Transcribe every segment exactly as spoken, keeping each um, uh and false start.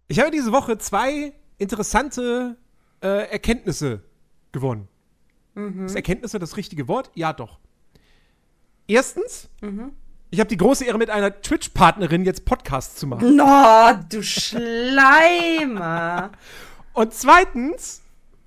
Ich habe diese Woche zwei interessante äh, Erkenntnisse gewonnen. Mhm. Ist Erkenntnisse das richtige Wort? Ja, doch. Erstens, mhm. ich habe die große Ehre, mit einer Twitch-Partnerin jetzt Podcasts zu machen. No, du Schleimer. Und zweitens,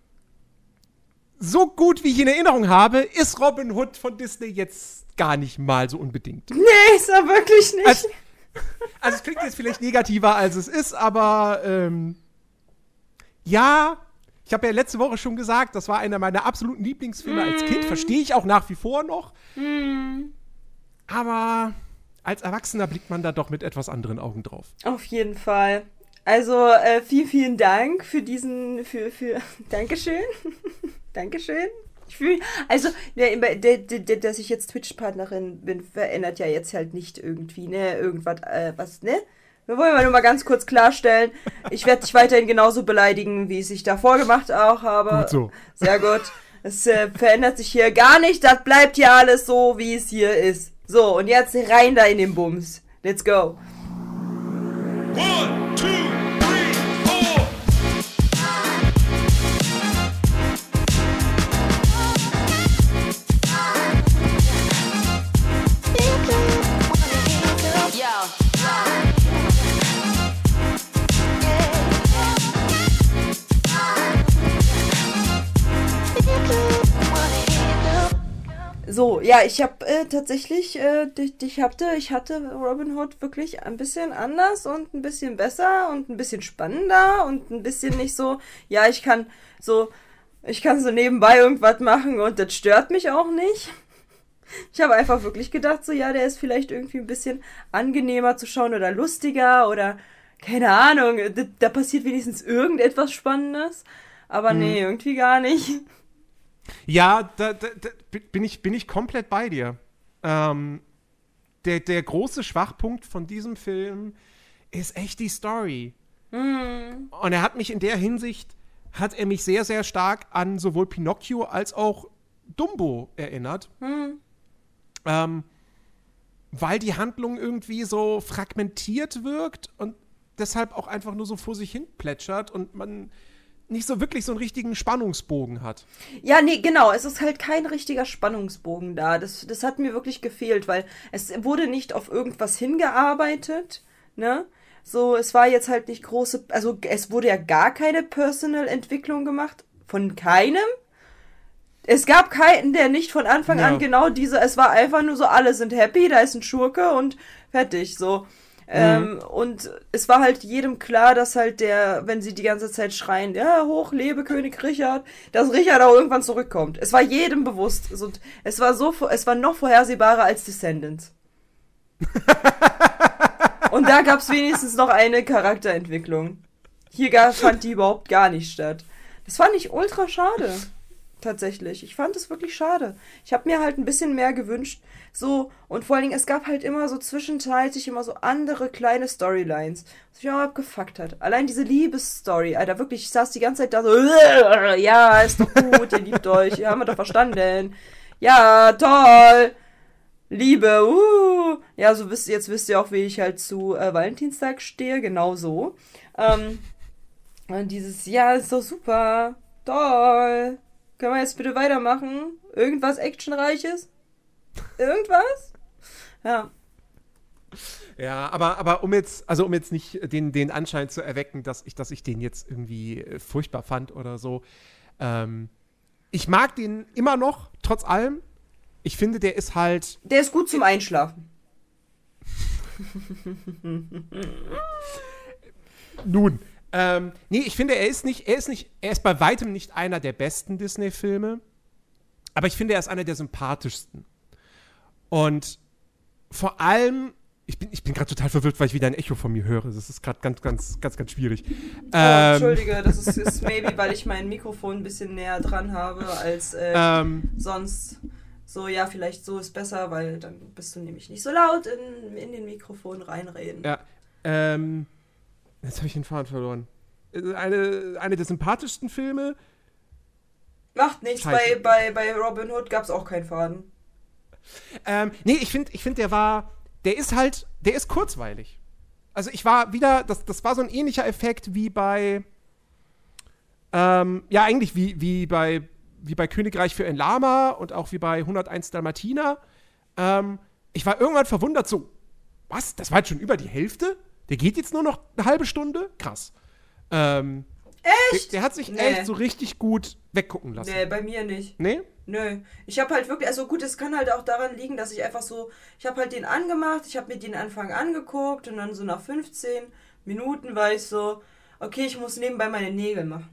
so gut wie ich in Erinnerung habe, ist Robin Hood von Disney jetzt gar nicht mal so unbedingt. Nee, ist er wirklich nicht. Also, also es klingt jetzt vielleicht negativer, als es ist, aber ähm, ja, ich habe ja letzte Woche schon gesagt, das war einer meiner absoluten Lieblingsfilme mm. als Kind. Verstehe ich auch nach wie vor noch. Mm. Aber als Erwachsener blickt man da doch mit etwas anderen Augen drauf. Auf jeden Fall. Also äh, vielen, vielen Dank für diesen, für, für, Dankeschön. Dankeschön. Ich fühle, also, der, der, der, dass ich jetzt Twitch-Partnerin bin, verändert ja jetzt halt nicht irgendwie, ne, irgendwas, äh, was, ne? Wir wollen mal nur mal ganz kurz klarstellen, ich werde dich weiterhin genauso beleidigen, wie ich es davor gemacht auch habe. Gut so. Sehr gut. Es äh, verändert sich hier gar nicht, das bleibt hier alles so, wie es hier ist. So, und jetzt rein da in den Bums. Let's go. One, two. So, ja, ich habe äh, tatsächlich, äh, ich, ich, hatte, ich hatte Robin Hood wirklich ein bisschen anders und ein bisschen besser und ein bisschen spannender und ein bisschen nicht so, ja, ich kann so, ich kann so nebenbei irgendwas machen und das stört mich auch nicht. Ich habe einfach wirklich gedacht, so, ja, der ist vielleicht irgendwie ein bisschen angenehmer zu schauen oder lustiger oder, keine Ahnung, da, da passiert wenigstens irgendetwas Spannendes, aber hm. nee, irgendwie gar nicht. Ja, da, da, da bin, ich, bin ich komplett bei dir. Ähm, der, der große Schwachpunkt von diesem Film ist echt die Story. Mm. Und er hat mich in der Hinsicht, hat er mich sehr, sehr stark an sowohl Pinocchio als auch Dumbo erinnert. Mm. Ähm, weil die Handlung irgendwie so fragmentiert wirkt und deshalb auch einfach nur so vor sich hin plätschert und man nicht so wirklich so einen richtigen Spannungsbogen hat. Ja, nee, genau. Es ist halt kein richtiger Spannungsbogen da. Das, das hat mir wirklich gefehlt, weil es wurde nicht auf irgendwas hingearbeitet, ne? So, es war jetzt halt nicht große, also es wurde ja gar keine Personal-Entwicklung gemacht. Von keinem. Es gab keinen, der nicht von Anfang ja. an genau diese, es war einfach nur so, alle sind happy, da ist ein Schurke und fertig, so. Ähm, mhm. Und es war halt jedem klar, dass halt der, wenn sie die ganze Zeit schreien, ja, hoch lebe König Richard, dass Richard auch irgendwann zurückkommt. Es war jedem bewusst. Also, es war so, es war noch vorhersehbarer als Descendants. Und da gab es wenigstens noch eine Charakterentwicklung. Hier gar, fand die überhaupt gar nicht statt. Das fand ich ultra schade. Tatsächlich. Ich fand es wirklich schade. Ich habe mir halt ein bisschen mehr gewünscht. So, und vor allen Dingen, es gab halt immer so zwischenzeitlich immer so andere kleine Storylines, was mich auch abgefuckt hat. Allein diese Liebesstory, Alter, wirklich, ich saß die ganze Zeit da so, ja, ist doch gut, ihr liebt euch, ja, haben wir doch verstanden. Ja, toll. Liebe, uh. Ja, so wisst, jetzt wisst ihr auch, wie ich halt zu äh, Valentinstag stehe, genau so. Ähm, und dieses, ja, ist doch super, toll. Können wir jetzt bitte weitermachen? Irgendwas Actionreiches? Irgendwas? Ja. Ja, aber, aber um jetzt, also um jetzt nicht den, den Anschein zu erwecken, dass ich, dass ich den jetzt irgendwie furchtbar fand oder so. Ähm, ich mag den immer noch, trotz allem. Ich finde, der ist halt. Der ist gut zum Einschlafen. Nun. Ähm, nee, ich finde, er ist nicht, er ist nicht, er ist bei weitem nicht einer der besten Disney-Filme, aber ich finde, er ist einer der sympathischsten. Und vor allem, ich bin, ich bin gerade total verwirrt, weil ich wieder ein Echo von mir höre. Das ist gerade ganz, ganz, ganz, ganz schwierig. Oh, ähm, Entschuldige, das ist, ist maybe, weil ich mein Mikrofon ein bisschen näher dran habe als äh, ähm, sonst. So, ja, vielleicht so ist besser, weil dann bist du nämlich nicht so laut in, in den Mikrofon reinreden. Ja, ähm, jetzt habe ich den Faden verloren. Eine, eine der sympathischsten Filme. Macht nichts, bei, bei, bei Robin Hood gab es auch keinen Faden. Ähm, nee, ich finde, ich find, der war, der ist halt, der ist kurzweilig. also ich war wieder, das, das war so ein ähnlicher Effekt wie bei, ähm, ja, eigentlich wie, wie bei, wie bei Königreich für ein Lama und auch wie bei hunderteins Dalmatiner. Ähm, ich war irgendwann verwundert, so, was, das war jetzt schon über die Hälfte? Der geht jetzt nur noch eine halbe Stunde? Krass. Ähm, Echt? Der, der hat sich Nee. echt so richtig gut weggucken lassen. Nee, bei mir nicht. Nee? Nö. Ich habe halt wirklich, also gut, es kann halt auch daran liegen, dass ich einfach so, ich habe halt den angemacht, ich habe mir den Anfang angeguckt und dann so nach fünfzehn Minuten war ich so, okay, ich muss nebenbei meine Nägel machen.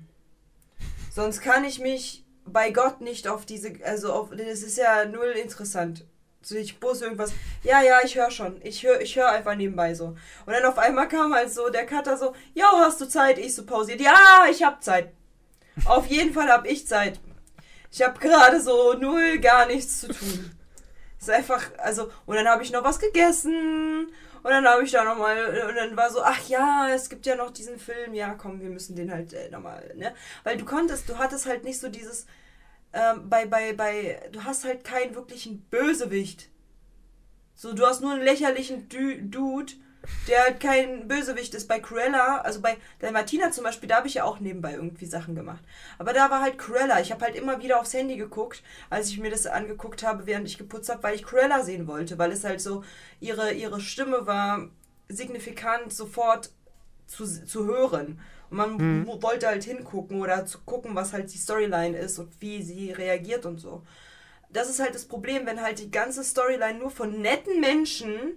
Sonst kann ich mich bei Gott nicht auf diese, also auf, das ist ja null interessant. So, ich muss irgendwas, ja, ja, ich höre schon, ich höre ich hör einfach nebenbei so. Und dann auf einmal kam halt so der Cutter so, jo, hast du Zeit? Ich so pausiert, ja, ich hab Zeit. Auf jeden Fall hab ich Zeit. Ich habe gerade so null gar nichts zu tun. Ist einfach, also, und dann habe ich noch was gegessen und dann habe ich da nochmal, und dann war so, ach ja, es gibt ja noch diesen Film, ja komm, wir müssen den halt äh, nochmal, ne? Weil du konntest, du hattest halt nicht so dieses, ähm, bei, bei, bei, du hast halt keinen wirklichen Bösewicht. So, du hast nur einen lächerlichen Du- Dude, der halt kein Bösewicht ist. Bei Cruella, also bei Dalmatina zum Beispiel, da habe ich ja auch nebenbei irgendwie Sachen gemacht. Aber da war halt Cruella. Ich habe halt immer wieder aufs Handy geguckt, als ich mir das angeguckt habe, während ich geputzt habe, weil ich Cruella sehen wollte. Weil es halt so, ihre, ihre Stimme war signifikant sofort zu, zu hören. Und man Mhm. wollte halt hingucken oder zu gucken, was halt die Storyline ist und wie sie reagiert und so. Das ist halt das Problem, wenn halt die ganze Storyline nur von netten Menschen,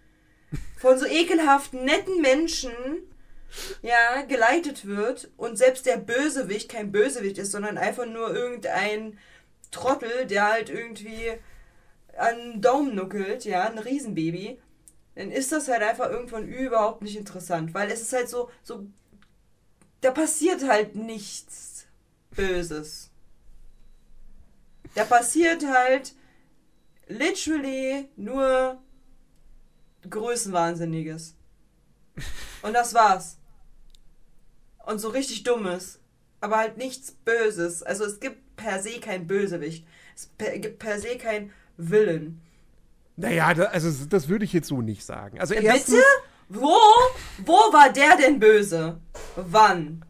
von so ekelhaften, netten Menschen, ja, geleitet wird und selbst der Bösewicht kein Bösewicht ist, sondern einfach nur irgendein Trottel, der halt irgendwie an den Daumen nuckelt, ja, ein Riesenbaby, dann ist das halt einfach irgendwann überhaupt nicht interessant, weil es ist halt so, so, da passiert halt nichts Böses. Da passiert halt literally nur Größenwahnsinniges. Und das war's. Und so richtig Dummes. Aber halt nichts Böses. Also es gibt per se kein Bösewicht. Es per, gibt per se kein Willen. Naja, da, also das würde ich jetzt so nicht sagen. Also Äh, erstens, Bitte? Wo? Wo war der denn böse? Wann?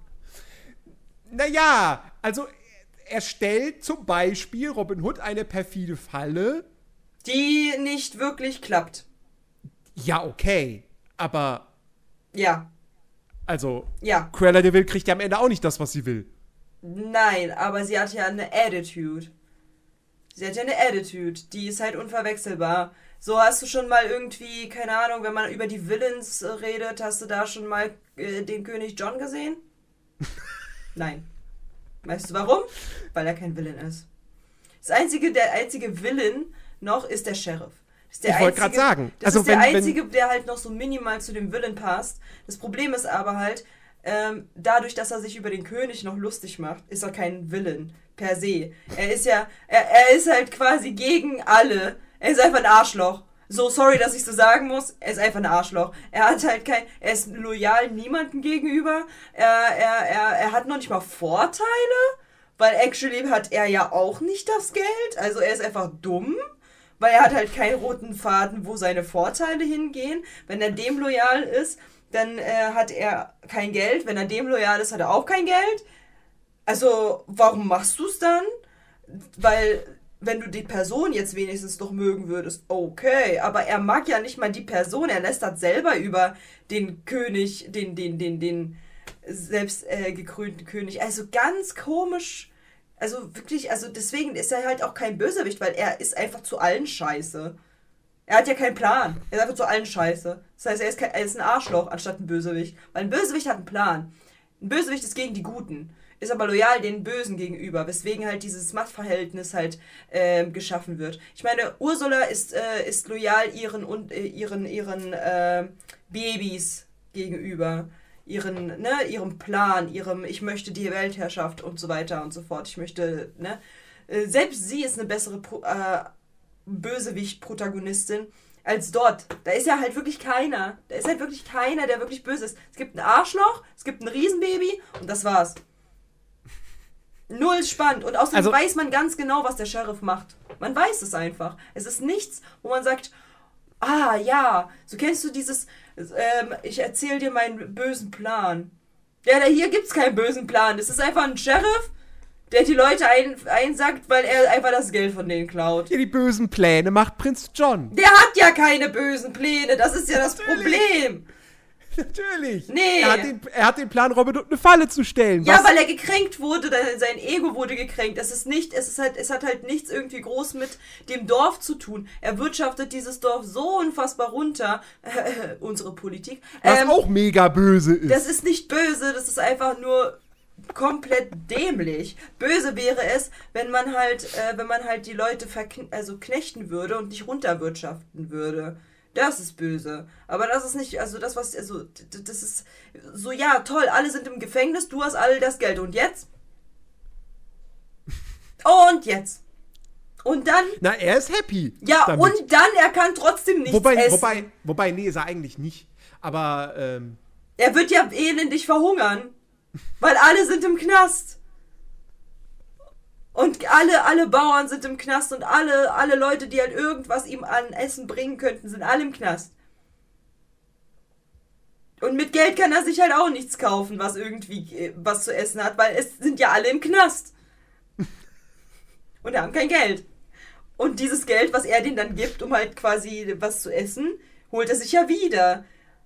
Naja, also er stellt zum Beispiel Robin Hood eine perfide Falle. Die nicht wirklich klappt. Ja, okay. Aber, Ja. also, Ja. Cruella de Vil kriegt ja am Ende auch nicht das, was sie will. Nein, aber sie hat ja eine Attitude. Sie hat ja eine Attitude, die ist halt unverwechselbar. So, hast du schon mal irgendwie, keine Ahnung, wenn man über die Villains äh, redet, hast du da schon mal äh, den König John gesehen? Nein. Weißt du warum? Weil er kein Villain ist. Das einzige, der einzige Villain noch ist der Sheriff. Das ist der Ich wollte gerade einzige- sagen. Das Also ist der wenn- wenn- einzige, der halt noch so minimal zu dem Villain passt. Das Problem ist aber halt, ähm, dadurch, dass er sich über den König noch lustig macht, ist er kein Villain per se. Er ist ja, er, er ist halt quasi gegen alle. Er ist einfach ein Arschloch. So, sorry, dass ich so sagen muss, er ist einfach ein Arschloch. Er hat halt kein, er ist loyal niemandem gegenüber. Er, er, er, er hat noch nicht mal Vorteile, weil actually hat er ja auch nicht das Geld. Also er ist einfach dumm. Weil er hat halt keinen roten Faden, wo seine Vorteile hingehen. Wenn er dem loyal ist, dann äh, hat er kein Geld. Wenn er dem loyal ist, hat er auch kein Geld. Also, warum machst du es dann? Weil, wenn du die Person jetzt wenigstens doch mögen würdest, okay. Aber er mag ja nicht mal die Person. Er lästert selber über den König, den, den, den, den selbst äh, gekrönten König. Also ganz komisch. Also wirklich, also deswegen ist er halt auch kein Bösewicht, weil er ist einfach zu allen scheiße. Er hat ja keinen Plan. Er ist einfach zu allen scheiße. Das heißt, er ist, kein, er ist ein Arschloch anstatt ein Bösewicht. Weil ein Bösewicht hat einen Plan. Ein Bösewicht ist gegen die Guten. Ist aber loyal den Bösen gegenüber. Weswegen halt dieses Machtverhältnis halt ähm, geschaffen wird. Ich meine, Ursula ist, äh, ist loyal ihren, und, äh, ihren, ihren äh, Babys gegenüber. Ihren, ne, ihrem Plan, ihrem, ich möchte die Weltherrschaft und so weiter und so fort. Ich möchte, ne, äh, selbst sie ist eine bessere Pro, äh, Bösewicht-Protagonistin als dort. Da ist ja halt wirklich keiner. Da ist halt wirklich keiner, der wirklich böse ist. Es gibt ein Arschloch, es gibt ein Riesenbaby und das war's. Null spannend. Und außerdem Also- weiß man ganz genau, was der Sheriff macht. Man weiß es einfach. Es ist nichts, wo man sagt, Ah, ja. So kennst du dieses, ähm, ich erzähl dir meinen bösen Plan. Ja, da hier gibt's keinen bösen Plan. Das ist einfach ein Sheriff, der die Leute ein, einsackt, weil er einfach das Geld von denen klaut. Ja, die bösen Pläne macht Prinz John. Der hat ja keine bösen Pläne, das ist ja das Natürlich. Problem. Natürlich. Nee. Er hat, den, er hat den Plan, Robin Hood eine Falle zu stellen. Ja, Was? weil er gekränkt wurde, sein Ego wurde gekränkt. Es ist nicht, es ist halt, es hat halt nichts irgendwie groß mit dem Dorf zu tun. Er wirtschaftet dieses Dorf so unfassbar runter, äh, unsere Politik. Was Ähm, auch mega böse ist. Das ist nicht böse, das ist einfach nur komplett dämlich. Böse wäre es, wenn man halt, äh, wenn man halt die Leute verkn- also knechten würde und nicht runterwirtschaften würde. Das ist böse. Aber das ist nicht, also das, was, also, das ist so, ja, toll, alle sind im Gefängnis, du hast all das Geld. Und jetzt? Und jetzt? Und dann? Na, er ist happy. Ja, damit. und dann, er kann trotzdem nichts wobei, essen. Wobei, wobei, nee, ist er eigentlich nicht. Aber, ähm... Er wird ja elendig verhungern. Weil alle sind im Knast. Und alle, alle Bauern sind im Knast und alle, alle Leute, die halt irgendwas ihm an Essen bringen könnten, sind alle im Knast. Und mit Geld kann er sich halt auch nichts kaufen, was irgendwie äh, was zu essen hat, weil es sind ja alle im Knast. Und haben kein Geld. Und dieses Geld, was er denen dann gibt, um halt quasi was zu essen, holt er sich ja wieder.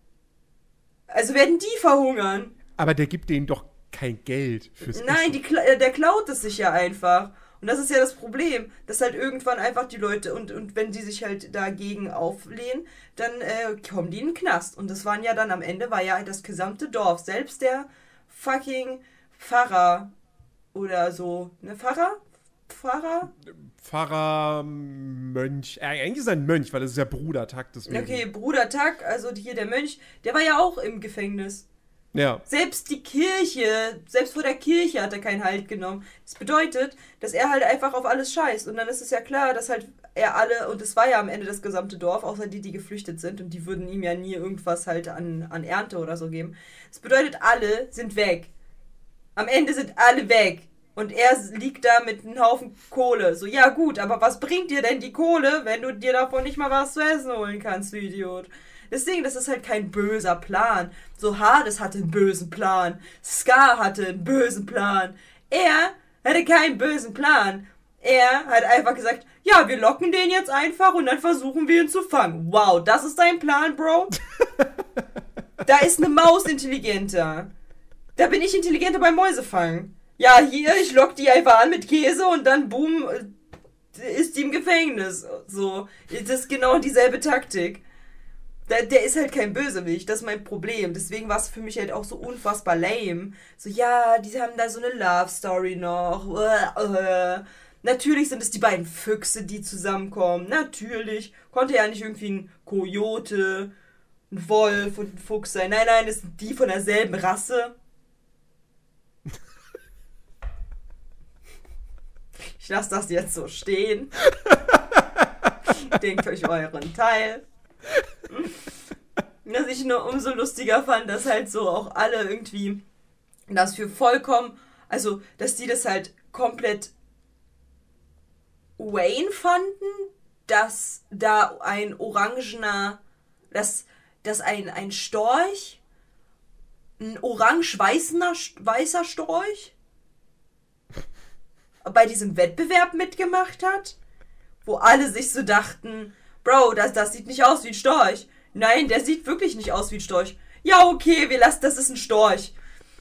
Also werden die verhungern. Aber der gibt denen doch kein Geld fürs Nein, Essen. die, Kla- der klaut es sich ja einfach. Und das ist ja das Problem, dass halt irgendwann einfach die Leute, und, und wenn die sich halt dagegen auflehnen, dann äh, kommen die in den Knast. Und das waren ja dann am Ende, war ja das gesamte Dorf, selbst der fucking Pfarrer oder so. Ne, Pfarrer? Pfarrer? Pfarrer, Mönch. Äh, eigentlich ist er ein Mönch, weil das ist ja Brudertag. Deswegen. Okay, Bruder Tuck, also hier der Mönch, der war ja auch im Gefängnis. Ja. Selbst die Kirche, selbst vor der Kirche hat er keinen Halt genommen. Das bedeutet, dass er halt einfach auf alles scheißt. Und dann ist es ja klar, dass halt er alle, und es war ja am Ende das gesamte Dorf, außer die, die geflüchtet sind, und die würden ihm ja nie irgendwas halt an, an Ernte oder so geben. Das bedeutet, alle sind weg. Am Ende sind alle weg. Und er liegt da mit einem Haufen Kohle. So, ja gut, aber was bringt dir denn die Kohle, wenn du dir davon nicht mal was zu essen holen kannst, du Idiot? Deswegen, das ist halt kein böser Plan. So, Hades hatte einen bösen Plan. Scar hatte einen bösen Plan. Er hatte keinen bösen Plan. Er hat einfach gesagt, ja, wir locken den jetzt einfach und dann versuchen wir ihn zu fangen. Wow, das ist dein Plan, Bro? Da ist eine Maus intelligenter. Da bin ich intelligenter beim Mäusefangen. Ja, hier, ich lock die einfach an mit Käse und dann, boom, ist die im Gefängnis. So, das ist genau dieselbe Taktik. Der, der ist halt kein Bösewicht, das ist mein Problem. Deswegen war es für mich halt auch so unfassbar lame. So, ja, die haben da so eine Love-Story noch. Uh, uh. Natürlich sind es die beiden Füchse, die zusammenkommen. Natürlich. Konnte ja nicht irgendwie ein Kojote, ein Wolf und ein Fuchs sein. Nein, nein, das sind die von derselben Rasse. Ich lasse das jetzt so stehen. Denkt euch euren Teil. Was ich nur umso lustiger fand, dass halt so auch alle irgendwie das für vollkommen, also dass die das halt komplett Wayne fanden, dass da ein orangener, dass, dass ein, ein Storch, ein orange-weißer weißer Storch bei diesem Wettbewerb mitgemacht hat, wo alle sich so dachten, Bro, das, das sieht nicht aus wie ein Storch. Nein, der sieht wirklich nicht aus wie ein Storch. Ja, okay, wir lassen, das ist ein Storch.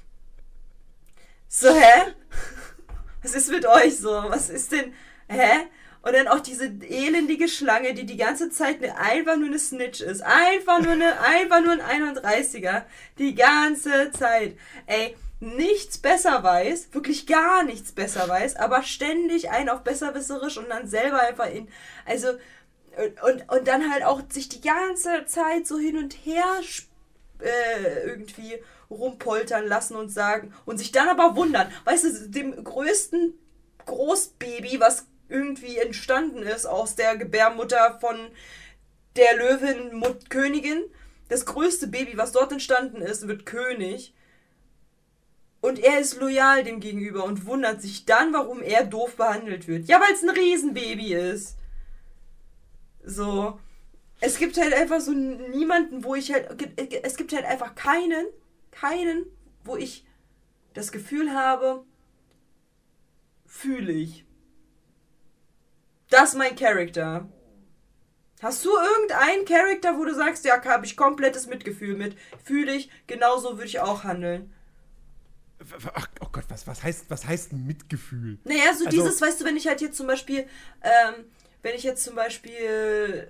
So, hä? Was ist mit euch so? Was ist denn, hä? Und dann auch diese elendige Schlange, die die ganze Zeit eine, einfach nur eine Snitch ist. Einfach nur eine, einfach nur ein einunddreißiger. Die ganze Zeit. Ey, nichts besser weiß, wirklich gar nichts besser weiß, aber ständig einen auf besserwisserisch und dann selber einfach in, also, und, und dann halt auch sich die ganze Zeit so hin und her äh, irgendwie rumpoltern lassen und sagen, und sich dann aber wundern, weißt du, dem größten Großbaby, was irgendwie entstanden ist aus der Gebärmutter von der Löwin Mut Königin, das größte Baby, was dort entstanden ist, wird König. Und er ist loyal dem gegenüber und wundert sich dann, warum er doof behandelt wird. Ja, weil es ein Riesenbaby ist. So. Es gibt halt einfach so niemanden, wo ich halt, es gibt halt einfach keinen, keinen, wo ich das Gefühl habe, fühle ich. Das ist mein Charakter. Hast du irgendeinen Charakter, wo du sagst, ja, habe ich komplettes Mitgefühl mit, fühle ich, genauso würde ich auch handeln? Ach, oh Gott, was, was, heißt, was heißt Mitgefühl? Naja, so also, dieses, weißt du, wenn ich halt jetzt zum Beispiel, ähm, wenn ich jetzt zum Beispiel,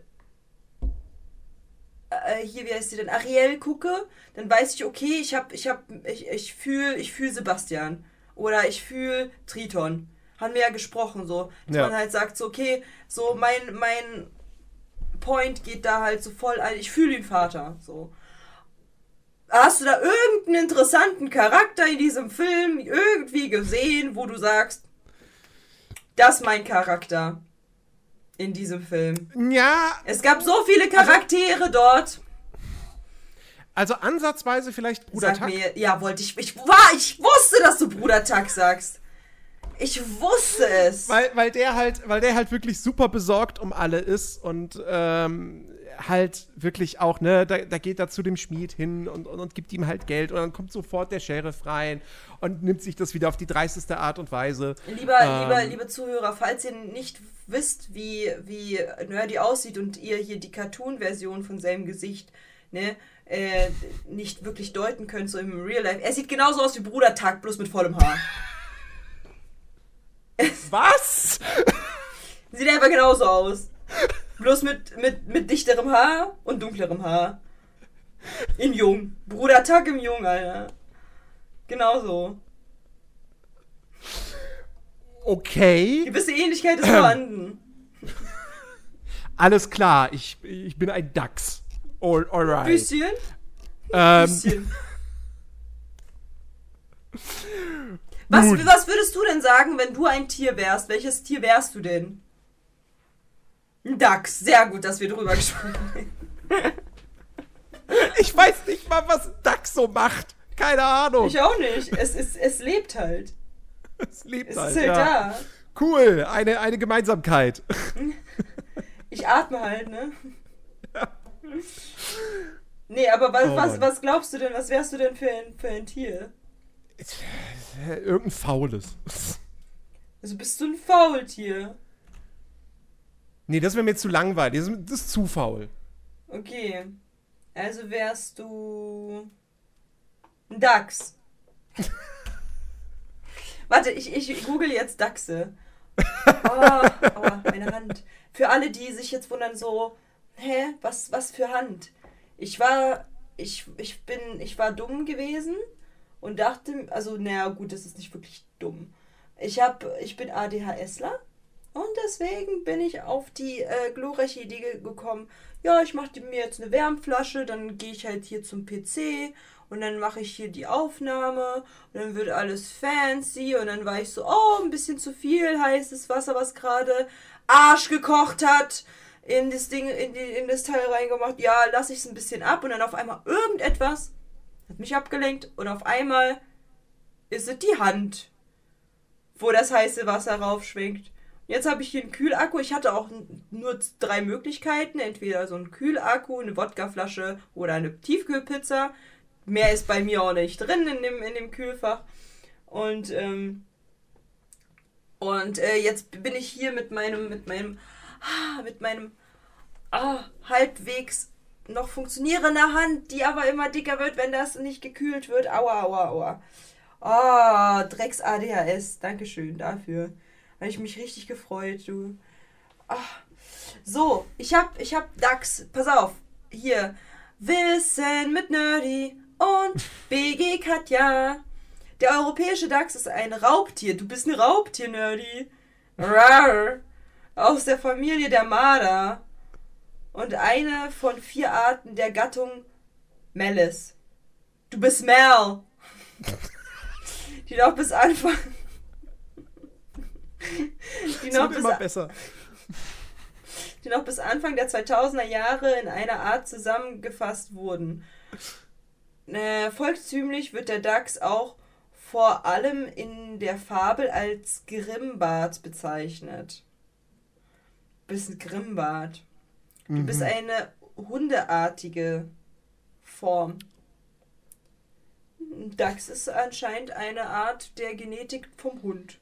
äh, hier, wie heißt sie denn, Ariel gucke, dann weiß ich, okay, ich hab, ich hab, ich, ich fühle, ich fühle Sebastian. Oder ich fühle Triton. Haben wir ja gesprochen, so. Dass ja. man halt sagt, so, okay, so mein, mein Point geht da halt so voll ein, ich fühle den Vater, so. Hast du da irgendeinen interessanten Charakter in diesem Film irgendwie gesehen, wo du sagst, das ist mein Charakter in diesem Film? Ja. Es gab so viele Charaktere also, dort. Also ansatzweise vielleicht Bruder Tuck. Mir, ja, wollte ich, ich. War, ich wusste, dass du Bruder Tuck sagst. Ich wusste es. Weil, weil der halt, weil der halt wirklich super besorgt um alle ist und ähm, halt wirklich auch, ne, da, da geht er zu dem Schmied hin und, und, und gibt ihm halt Geld und dann kommt sofort der Sheriff rein und nimmt sich das wieder auf die dreisteste Art und Weise. Lieber, ähm, lieber, liebe Zuhörer, falls ihr nicht wisst, wie, wie Nerdy aussieht und ihr hier die Cartoon-Version von seinem Gesicht, ne, äh, nicht wirklich deuten könnt, so im Real Life. Er sieht genauso aus wie Bruder Tuck, bloß mit vollem Haar. Was? Sieht einfach genauso aus. Bloß mit, mit, mit dichterem Haar und dunklerem Haar. In jung. Bruder Tuck im Jung, Alter. Genauso. Okay. Gewisse Ähnlichkeit ist vorhanden. Alles klar, ich, ich bin ein Dachs. All, alright. Bisschen? Ähm. Bisschen. Was, was würdest du denn sagen, wenn du ein Tier wärst? Welches Tier wärst du denn? Ein Dachs. Sehr gut, dass wir drüber gesprochen haben. Ich weiß nicht mal, was ein Dachs so macht. Keine Ahnung. Ich auch nicht. Es, ist, es lebt halt. Es lebt es halt, ist halt ja. da. Cool, eine, eine Gemeinsamkeit. Ich atme halt, ne? Ja. Nee, aber was, oh, was, was glaubst du denn? Was wärst du denn für ein, für ein Tier? Irgendein Faules. Also bist du ein Faultier? Nee, das wäre mir zu langweilig. Das ist, das ist zu faul. Okay. Also wärst du ein Dachs. Warte, ich, ich google jetzt Dachse. Oh, aua, meine Hand. Für alle, die sich jetzt wundern, so, hä, was, was für Hand? Ich war, ich, ich bin, ich war dumm gewesen und dachte, also, naja, gut, das ist nicht wirklich dumm. Ich hab, ich bin ADHSler und deswegen bin ich auf die äh, glorreiche Idee gekommen, ja, ich mache mir jetzt eine Wärmflasche, dann gehe ich halt hier zum P C und dann mache ich hier die Aufnahme und dann wird alles fancy und dann war ich so, oh, ein bisschen zu viel heißes Wasser, was gerade Arsch gekocht hat, in das Ding, in, die, in das Teil reingemacht, ja, lasse ich es ein bisschen ab und dann auf einmal irgendetwas hat mich abgelenkt und auf einmal ist es die Hand, wo das heiße Wasser raufschwingt. Jetzt habe ich hier einen Kühlakku. Ich hatte auch nur drei Möglichkeiten. Entweder so ein Kühlakku, eine Wodkaflasche oder eine Tiefkühlpizza. Mehr ist bei mir auch nicht drin in dem, in dem Kühlfach. Und, ähm, und äh, jetzt bin ich hier mit meinem, mit meinem, mit meinem ah, halbwegs noch funktionierender Hand, die aber immer dicker wird, wenn das nicht gekühlt wird. Aua, aua, aua. Ah, Drecks-A D H S. Dankeschön dafür. Habe ich mich richtig gefreut, du. Ach. So, ich hab, ich hab Dachs. Pass auf. Hier. Wissen mit Nerdy und B G Katja. Der europäische Dachs ist ein Raubtier. Du bist ein Raubtier, Nerdy. Rar. Aus der Familie der Marder. Und eine von vier Arten der Gattung Melis. Du bist Mel. Die noch bis Anfang... Die noch, bis, immer besser. die noch bis Anfang der zweitausender Jahre in einer Art zusammengefasst wurden. Äh, volkstümlich wird der Dachs auch vor allem in der Fabel als Grimbart bezeichnet. Du bist ein Grimbart. Du mhm. bist eine hundeartige Form. Dachs ist anscheinend eine Art der Genetik vom Hund.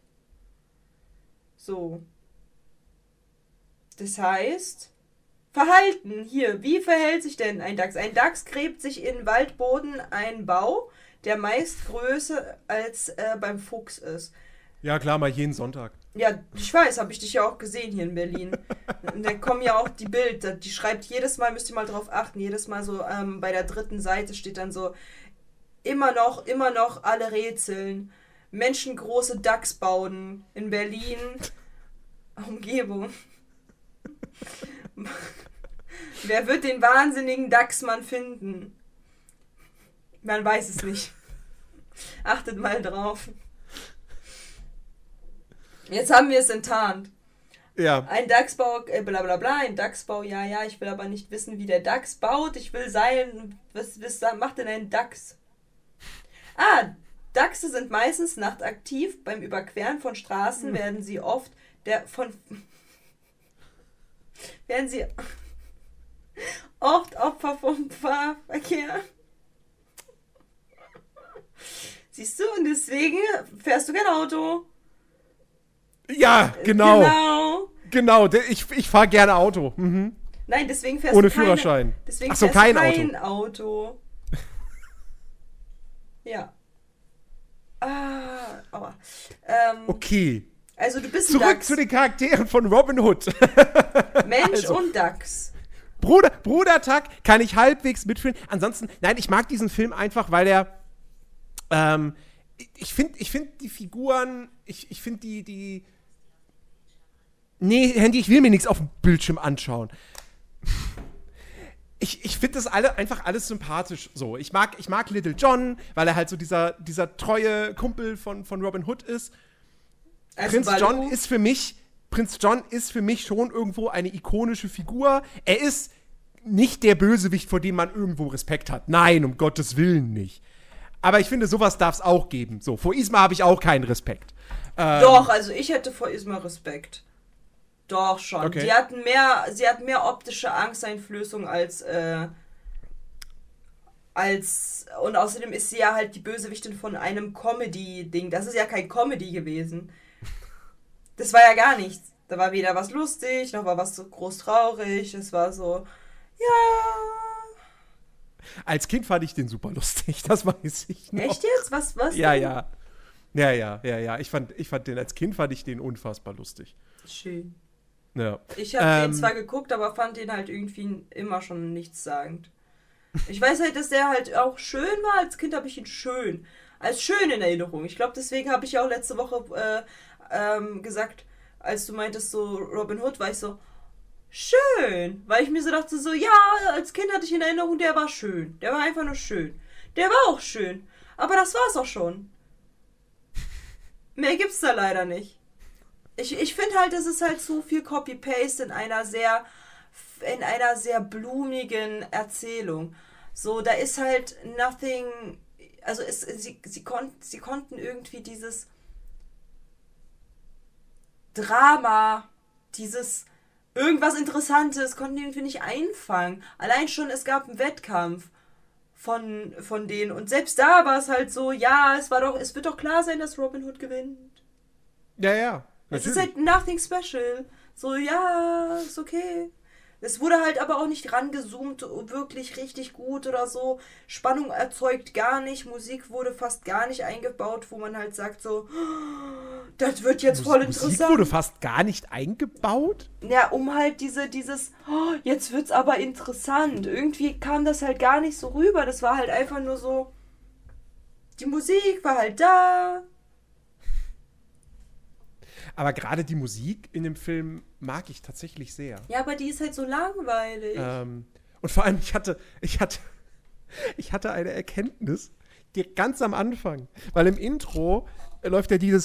So. Das heißt, Verhalten. Hier, wie verhält sich denn ein Dachs? Ein Dachs gräbt sich in Waldboden einen Bau, der meist größer als äh, beim Fuchs ist. Ja, klar, mal jeden Sonntag. Ja, ich weiß, habe ich dich ja auch gesehen hier in Berlin. Und dann kommen ja auch die Bilder, die schreibt jedes Mal, müsst ihr mal drauf achten, jedes Mal so ähm, bei der dritten Seite steht dann so, immer noch, immer noch alle rätseln. Menschengroße Dachsbauten in Berlin, Umgebung. Wer wird den wahnsinnigen Dachsmann finden? Man weiß es nicht. Achtet mal drauf. Jetzt haben wir es enttarnt. Ja. Ein Dachsbau, äh, bla bla bla, ein Dachsbau, ja, ja, ich will aber nicht wissen, wie der Dachs baut. Ich will sein, was, was macht denn ein Dachs? Ah, Dachse sind meistens nachtaktiv. Beim Überqueren von Straßen hm. werden sie oft der von werden sie oft Opfer vom Fahrverkehr. Siehst du, und deswegen fährst du kein Auto. Ja, genau. Genau. Genau, ich, ich fahre gerne Auto. Mhm. Nein, deswegen fährst Ohne du keine, Führerschein. Deswegen Ach so, fährst kein du kein Auto. Auto. Ja. Ah, aua. Ähm, okay. Also du bist ein Zurück Dachs. zu den Charakteren von Robin Hood. Mensch also, und Dachs. Bruder, Bruder Tuck kann ich halbwegs mitfühlen. Ansonsten, nein, ich mag diesen Film einfach, weil er ähm, ich finde ich find die Figuren, ich, ich finde die, die Nee, Handy, ich will mir nichts auf dem Bildschirm anschauen. Ich, ich finde das alle, einfach alles sympathisch so. Ich mag, ich mag Little John, weil er halt so dieser, dieser treue Kumpel von, von Robin Hood ist. Also Prinz Baloo. John ist für mich, Prinz John ist für mich schon irgendwo eine ikonische Figur. Er ist nicht der Bösewicht, vor dem man irgendwo Respekt hat. Nein, um Gottes Willen nicht. Aber ich finde, sowas darf es auch geben. So, vor Isma habe ich auch keinen Respekt. Ähm, Doch, also ich hätte vor Isma Respekt. Doch schon. Okay. Die hatten mehr, sie hat mehr optische Angsteinflößung als, äh, als, und außerdem ist sie ja halt die Bösewichtin von einem Comedy-Ding. Das ist ja kein Comedy gewesen. Das war ja gar nichts. Da war weder was lustig, noch war was so groß traurig. Es war so, ja. Als Kind fand ich den super lustig, das weiß ich noch. Echt jetzt? Was, was Ja, denn? ja. Ja, ja, ja, ja. Ich fand, ich fand den, als Kind fand ich den unfassbar lustig. Schön. Ja. Ich habe ähm, den zwar geguckt, aber fand den halt irgendwie immer schon nichtssagend. Ich weiß halt, dass der halt auch schön war. Als Kind habe ich ihn schön, als schön in Erinnerung. Ich glaube, deswegen habe ich ja auch letzte Woche äh, ähm, gesagt, als du meintest so Robin Hood, war ich so, schön. Weil ich mir so dachte so, ja, als Kind hatte ich in Erinnerung, der war schön. Der war einfach nur schön. Der war auch schön. Aber das war's auch schon. Mehr gibt's da leider nicht. Ich, ich finde halt, es ist halt zu viel Copy-Paste in einer sehr, in einer sehr blumigen Erzählung. So, da ist halt nothing, also es, sie, sie, kon, sie konnten irgendwie dieses Drama, dieses irgendwas Interessantes, konnten die irgendwie nicht einfangen. Allein schon, es gab einen Wettkampf von, von denen und selbst da war es halt so, ja, es war doch, es wird doch klar sein, dass Robin Hood gewinnt. Ja, ja. Es ist halt nothing special. So, ja, ist okay. Es wurde halt aber auch nicht rangezoomt, wirklich richtig gut oder so. Spannung erzeugt gar nicht. Musik wurde fast gar nicht eingebaut, wo man halt sagt so, oh, das wird jetzt voll Musik interessant. wurde fast gar nicht eingebaut? Ja, um halt diese, dieses, oh, jetzt wird's aber interessant. Irgendwie kam das halt gar nicht so rüber. Das war halt einfach nur so, die Musik war halt da. Aber gerade die Musik in dem Film mag ich tatsächlich sehr. Ja, aber die ist halt so langweilig. Ähm, und vor allem, ich hatte, ich hatte, ich hatte eine Erkenntnis, die ganz am Anfang. Weil im Intro läuft ja dieses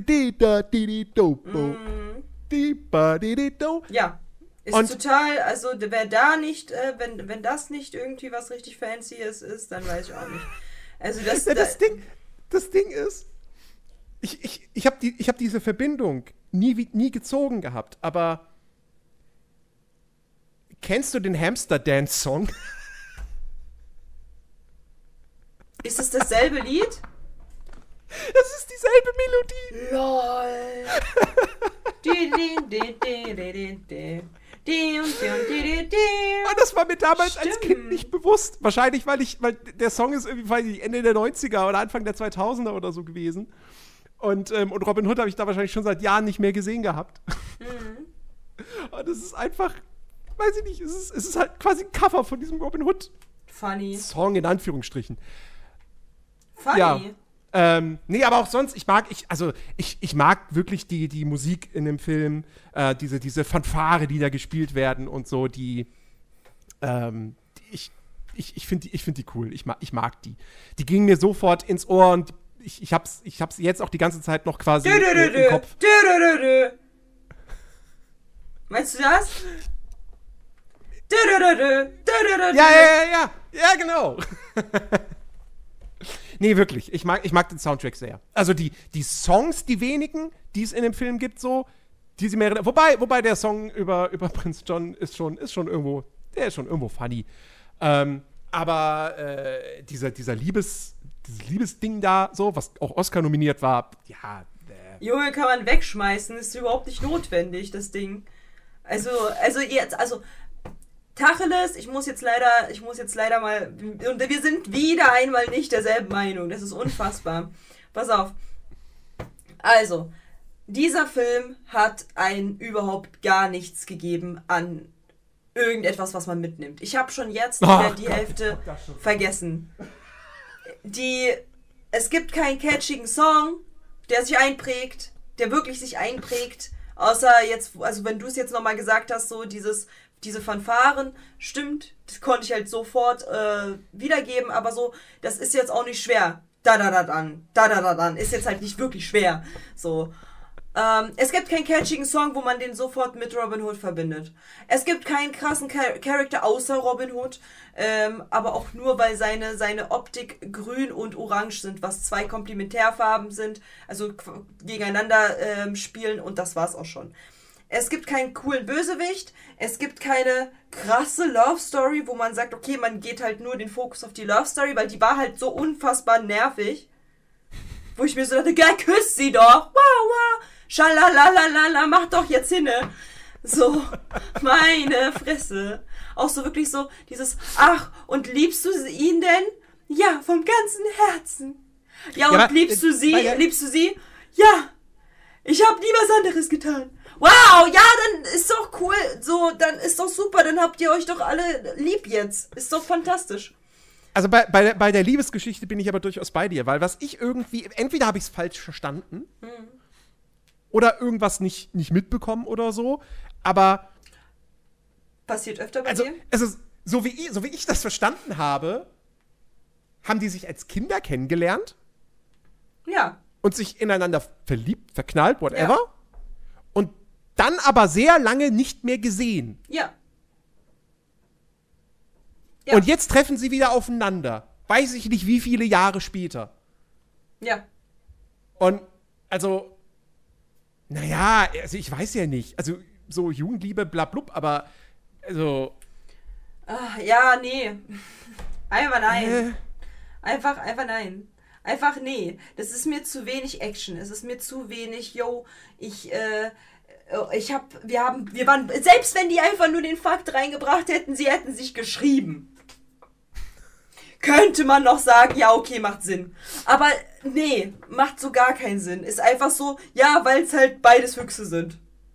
Ja, ist und total, also wer da nicht, äh, wenn, wenn das nicht irgendwie was richtig Fancyes ist, dann weiß ich auch nicht. Also das, ja, das, Ding, das Ding ist, Ich, ich, ich habe die, hab diese Verbindung nie, nie gezogen gehabt, aber kennst du den Hamster-Dance-Song? Ist es dasselbe Lied? Das ist dieselbe Melodie. LOL. Di, di, di, di, di, di, di. Die und die und die, die, die. Und das war mir damals Stimmt. als Kind nicht bewusst. Wahrscheinlich, weil ich, weil der Song ist irgendwie, weiß ich, Ende der neunziger oder Anfang der zweitausender oder so gewesen. Und, ähm, und Robin Hood habe ich da wahrscheinlich schon seit Jahren nicht mehr gesehen gehabt. Mhm. Und es ist einfach, weiß ich nicht, es ist, es ist halt quasi ein Cover von diesem Robin Hood Funny. Song in Anführungsstrichen. Funny. Ja. Ähm, nee, aber auch sonst, ich mag, ich, also ich, ich mag wirklich die, die Musik in dem Film, äh, diese, diese Fanfare, die da gespielt werden und so, die, ähm, die ich, ich, ich finde die, ich find die cool, ich mag, ich mag die. Die gingen mir sofort ins Ohr und ich, ich hab's, ich hab's jetzt auch die ganze Zeit noch quasi dö, dö, dö, äh, im Kopf. Dö, dö, dö, dö. Meinst du das? Dö, dö, dö, dö, dö, dö, dö. Ja, ja, ja, ja, ja, genau. Nee, wirklich. Ich mag, ich mag den Soundtrack sehr. Also die, die Songs, die wenigen, die es in dem Film gibt, so, die sie mehr. Wobei, wobei der Song über, über Prinz John ist schon, ist schon irgendwo, der ist schon irgendwo funny. Ähm, aber äh, dieser, dieser Liebes, dieses Liebesding da, so, was auch Oscar nominiert war, ja. Äh. Junge, kann man wegschmeißen, ist überhaupt nicht notwendig, das Ding. Also, also jetzt, also. Tacheles, ich muss jetzt leider, ich muss jetzt leider mal, und wir sind wieder einmal nicht derselben Meinung, das ist unfassbar. Pass auf. Also, dieser Film hat einen überhaupt gar nichts gegeben an irgendetwas, was man mitnimmt. Ich habe schon jetzt wieder oh, die Gott, Hälfte vergessen. Die, es gibt keinen catchigen Song, der sich einprägt, der wirklich sich einprägt, außer jetzt, also wenn du es jetzt nochmal gesagt hast, so dieses Diese Fanfaren, stimmt, das konnte ich halt sofort äh, wiedergeben, aber so, das ist jetzt auch nicht schwer. Da da da dann, da da da dann, ist jetzt halt nicht wirklich schwer. So. Ähm, es gibt keinen catchigen Song, wo man den sofort mit Robin Hood verbindet. Es gibt keinen krassen Char- Charakter außer Robin Hood, ähm, aber auch nur, weil seine, seine Optik grün und orange sind, was zwei Komplementärfarben sind, also qu- gegeneinander ähm, spielen und das war's auch schon. Es gibt keinen coolen Bösewicht, es gibt keine krasse Love Story, wo man sagt, okay, man geht halt nur den Fokus auf die Love Story, weil die war halt so unfassbar nervig. Wo ich mir so dachte, geil, küss sie doch, wow, wow, schalalalala, mach doch jetzt hinne. So, meine Fresse. Auch so wirklich so dieses, ach, und liebst du ihn denn? Ja, vom ganzen Herzen. Ja, und ja, aber, liebst du sie? äh, Liebst du sie? Ja, ich hab nie was anderes getan. Wow, ja, dann ist doch cool, so, dann ist doch super, dann habt ihr euch doch alle lieb jetzt. Ist doch fantastisch. Also bei, bei, der, bei der Liebesgeschichte bin ich aber durchaus bei dir, weil was ich irgendwie, entweder habe ich es falsch verstanden hm. oder irgendwas nicht, nicht mitbekommen oder so, aber passiert öfter bei also, dir? Also, so wie, ich, so wie ich das verstanden habe, haben die sich als Kinder kennengelernt. Ja. Und sich ineinander verliebt, verknallt, whatever. Ja. Und dann aber sehr lange nicht mehr gesehen. Ja. ja. Und jetzt treffen sie wieder aufeinander. Weiß ich nicht, wie viele Jahre später. Ja. Und, also, naja, also ich weiß ja nicht. Also, so Jugendliebe, blablub, aber, also. Ach, ja, nee. Einfach nein. Äh. Einfach, einfach nein. Einfach nee. Das ist mir zu wenig Action. Es ist mir zu wenig, yo, ich, äh, ich hab, wir haben, wir waren, selbst wenn die einfach nur den Fakt reingebracht hätten, sie hätten sich geschrieben. Könnte man noch sagen, ja, okay, macht Sinn. Aber nee, macht so gar keinen Sinn. Ist einfach so, ja, weil es halt beides Füchse sind.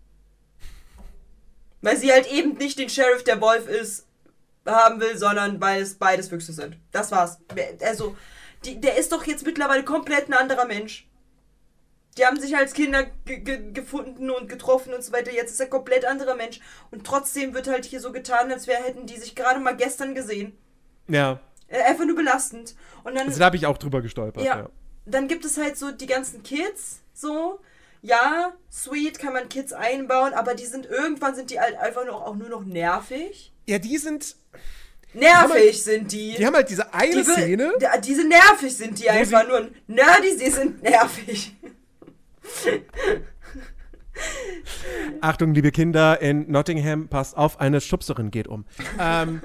Weil sie halt eben nicht den Sheriff, der Wolf ist, haben will, sondern weil es beides Füchse sind. Das war's. Also, die, der ist doch jetzt mittlerweile komplett ein anderer Mensch. Die haben sich als Kinder ge- ge- gefunden und getroffen und so weiter. Jetzt ist er ein komplett anderer Mensch. Und trotzdem wird halt hier so getan, als wäre, hätten die sich gerade mal gestern gesehen. Ja. Einfach nur belastend. Und dann, also da habe ich auch drüber gestolpert. ja, ja. Dann gibt es halt so die ganzen Kids, so. Ja, sweet, kann man Kids einbauen, aber die sind, irgendwann sind die halt einfach nur, auch nur noch nervig. Ja, die sind... Nervig die halt, sind die. Die haben halt diese eine die, Szene. Die, diese nervig sind die einfach sie, nur. Nerdy, sie sind nervig. Achtung, liebe Kinder in Nottingham, passt auf, eine Schubserin geht um. ähm,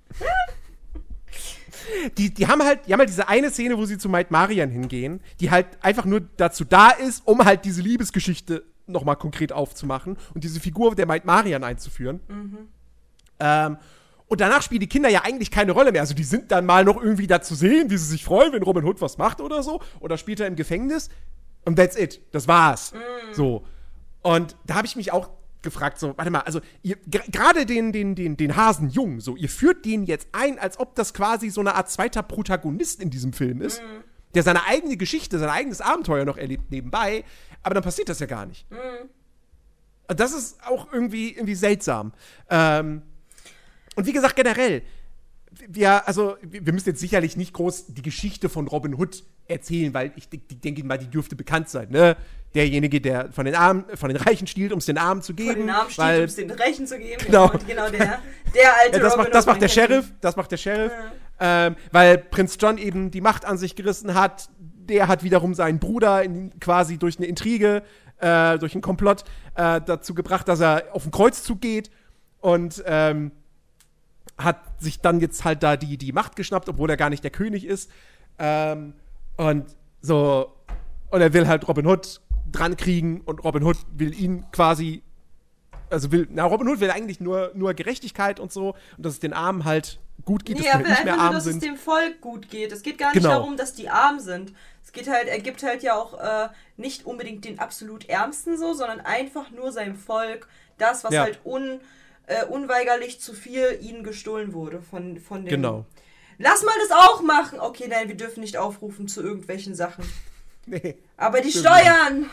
die, die, haben halt, die haben halt diese eine Szene, wo sie zu Maid Marian hingehen, die halt einfach nur dazu da ist, um halt diese Liebesgeschichte nochmal konkret aufzumachen und diese Figur der Maid Marian einzuführen. Mhm. Ähm, und danach spielen die Kinder ja eigentlich keine Rolle mehr. Also die sind dann mal noch irgendwie da zu sehen, wie sie sich freuen, wenn Robin Hood was macht oder so. Oder spielt er im Gefängnis. Und that's it. Das war's. Mm. So. Und da habe ich mich auch gefragt, so, warte mal, also ihr gerade den, den, den, den Hasenjungen, so, ihr führt den jetzt ein, als ob das quasi so eine Art zweiter Protagonist in diesem Film ist, mm. der seine eigene Geschichte, sein eigenes Abenteuer noch erlebt nebenbei, aber dann passiert das ja gar nicht. Mm. Und das ist auch irgendwie, irgendwie seltsam. Ähm, und wie gesagt, generell, wir, also, wir müssen jetzt sicherlich nicht groß die Geschichte von Robin Hood erzählen, weil ich, ich denke mal, die dürfte bekannt sein, ne? Derjenige, der von den Armen, von den Reichen stiehlt, um es den Armen zu geben. Von den Armen stiehlt, um es den Reichen zu geben. Genau. Genau, genau der, der alte ja, das Robin macht, das Hood, macht der Sheriff, das macht der Sheriff. Ja. Ähm, weil Prinz John eben die Macht an sich gerissen hat. Der hat wiederum seinen Bruder in, quasi durch eine Intrige, äh, durch einen Komplott äh, dazu gebracht, dass er auf den Kreuzzug geht und ähm, hat sich dann jetzt halt da die, die Macht geschnappt, obwohl er gar nicht der König ist. Ähm, und so, und er will halt Robin Hood dran kriegen und Robin Hood will ihn quasi, also will, na, Robin Hood will eigentlich nur, nur Gerechtigkeit und so und dass es den Armen halt gut geht, nee, dass die halt nicht mehr nur, arm dass sind. Dass es dem Volk gut geht. Es geht gar nicht genau. darum, dass die arm sind. Es geht halt, er gibt halt ja auch äh, nicht unbedingt den absolut Ärmsten so, sondern einfach nur seinem Volk das, was ja. halt un, äh, unweigerlich zu viel ihnen gestohlen wurde von, von dem. Genau. Lass mal das auch machen! Okay, nein, wir dürfen nicht aufrufen zu irgendwelchen Sachen. Nee. Aber die Steuern!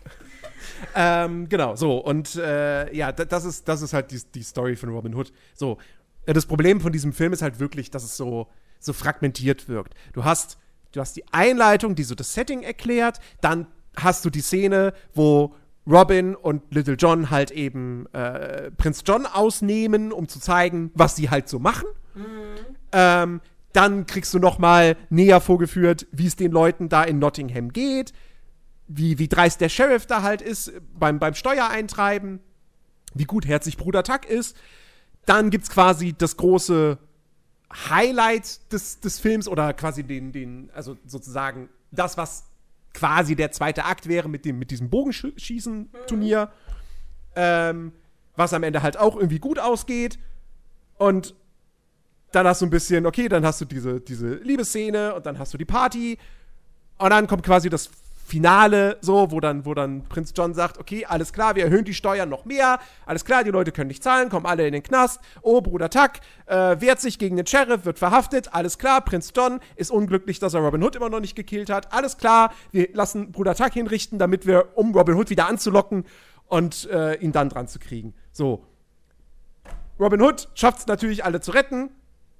ähm, genau, so. Und äh, ja, das ist, das ist halt die, die Story von Robin Hood. So, das Problem von diesem Film ist halt wirklich, dass es so, so fragmentiert wirkt. Du hast, du hast die Einleitung, die so das Setting erklärt, dann hast du die Szene, wo Robin und Little John halt eben äh, Prinz John ausnehmen, um zu zeigen, was sie halt so machen. Mhm. Ähm, dann kriegst du noch mal näher vorgeführt, wie es den Leuten da in Nottingham geht, wie, wie dreist der Sheriff da halt ist beim, beim Steuereintreiben, wie gutherzig Bruder Tuck ist. Dann gibt's quasi das große Highlight des, des Films oder quasi den, den, also sozusagen das, was quasi der zweite Akt wäre mit, dem, mit diesem Bogenschießen-Turnier, mhm. ähm, was am Ende halt auch irgendwie gut ausgeht. Und dann hast du ein bisschen, okay, dann hast du diese, diese Liebesszene und dann hast du die Party und dann kommt quasi das Finale so, wo dann, wo dann Prinz John sagt, okay, alles klar, wir erhöhen die Steuern noch mehr, alles klar, die Leute können nicht zahlen, kommen alle in den Knast, oh, Bruder Tuck äh, wehrt sich gegen den Sheriff, wird verhaftet, alles klar, Prinz John ist unglücklich, dass er Robin Hood immer noch nicht gekillt hat, alles klar, wir lassen Bruder Tuck hinrichten, damit wir, um Robin Hood wieder anzulocken und äh, ihn dann dran zu kriegen. So. Robin Hood schafft es natürlich, alle zu retten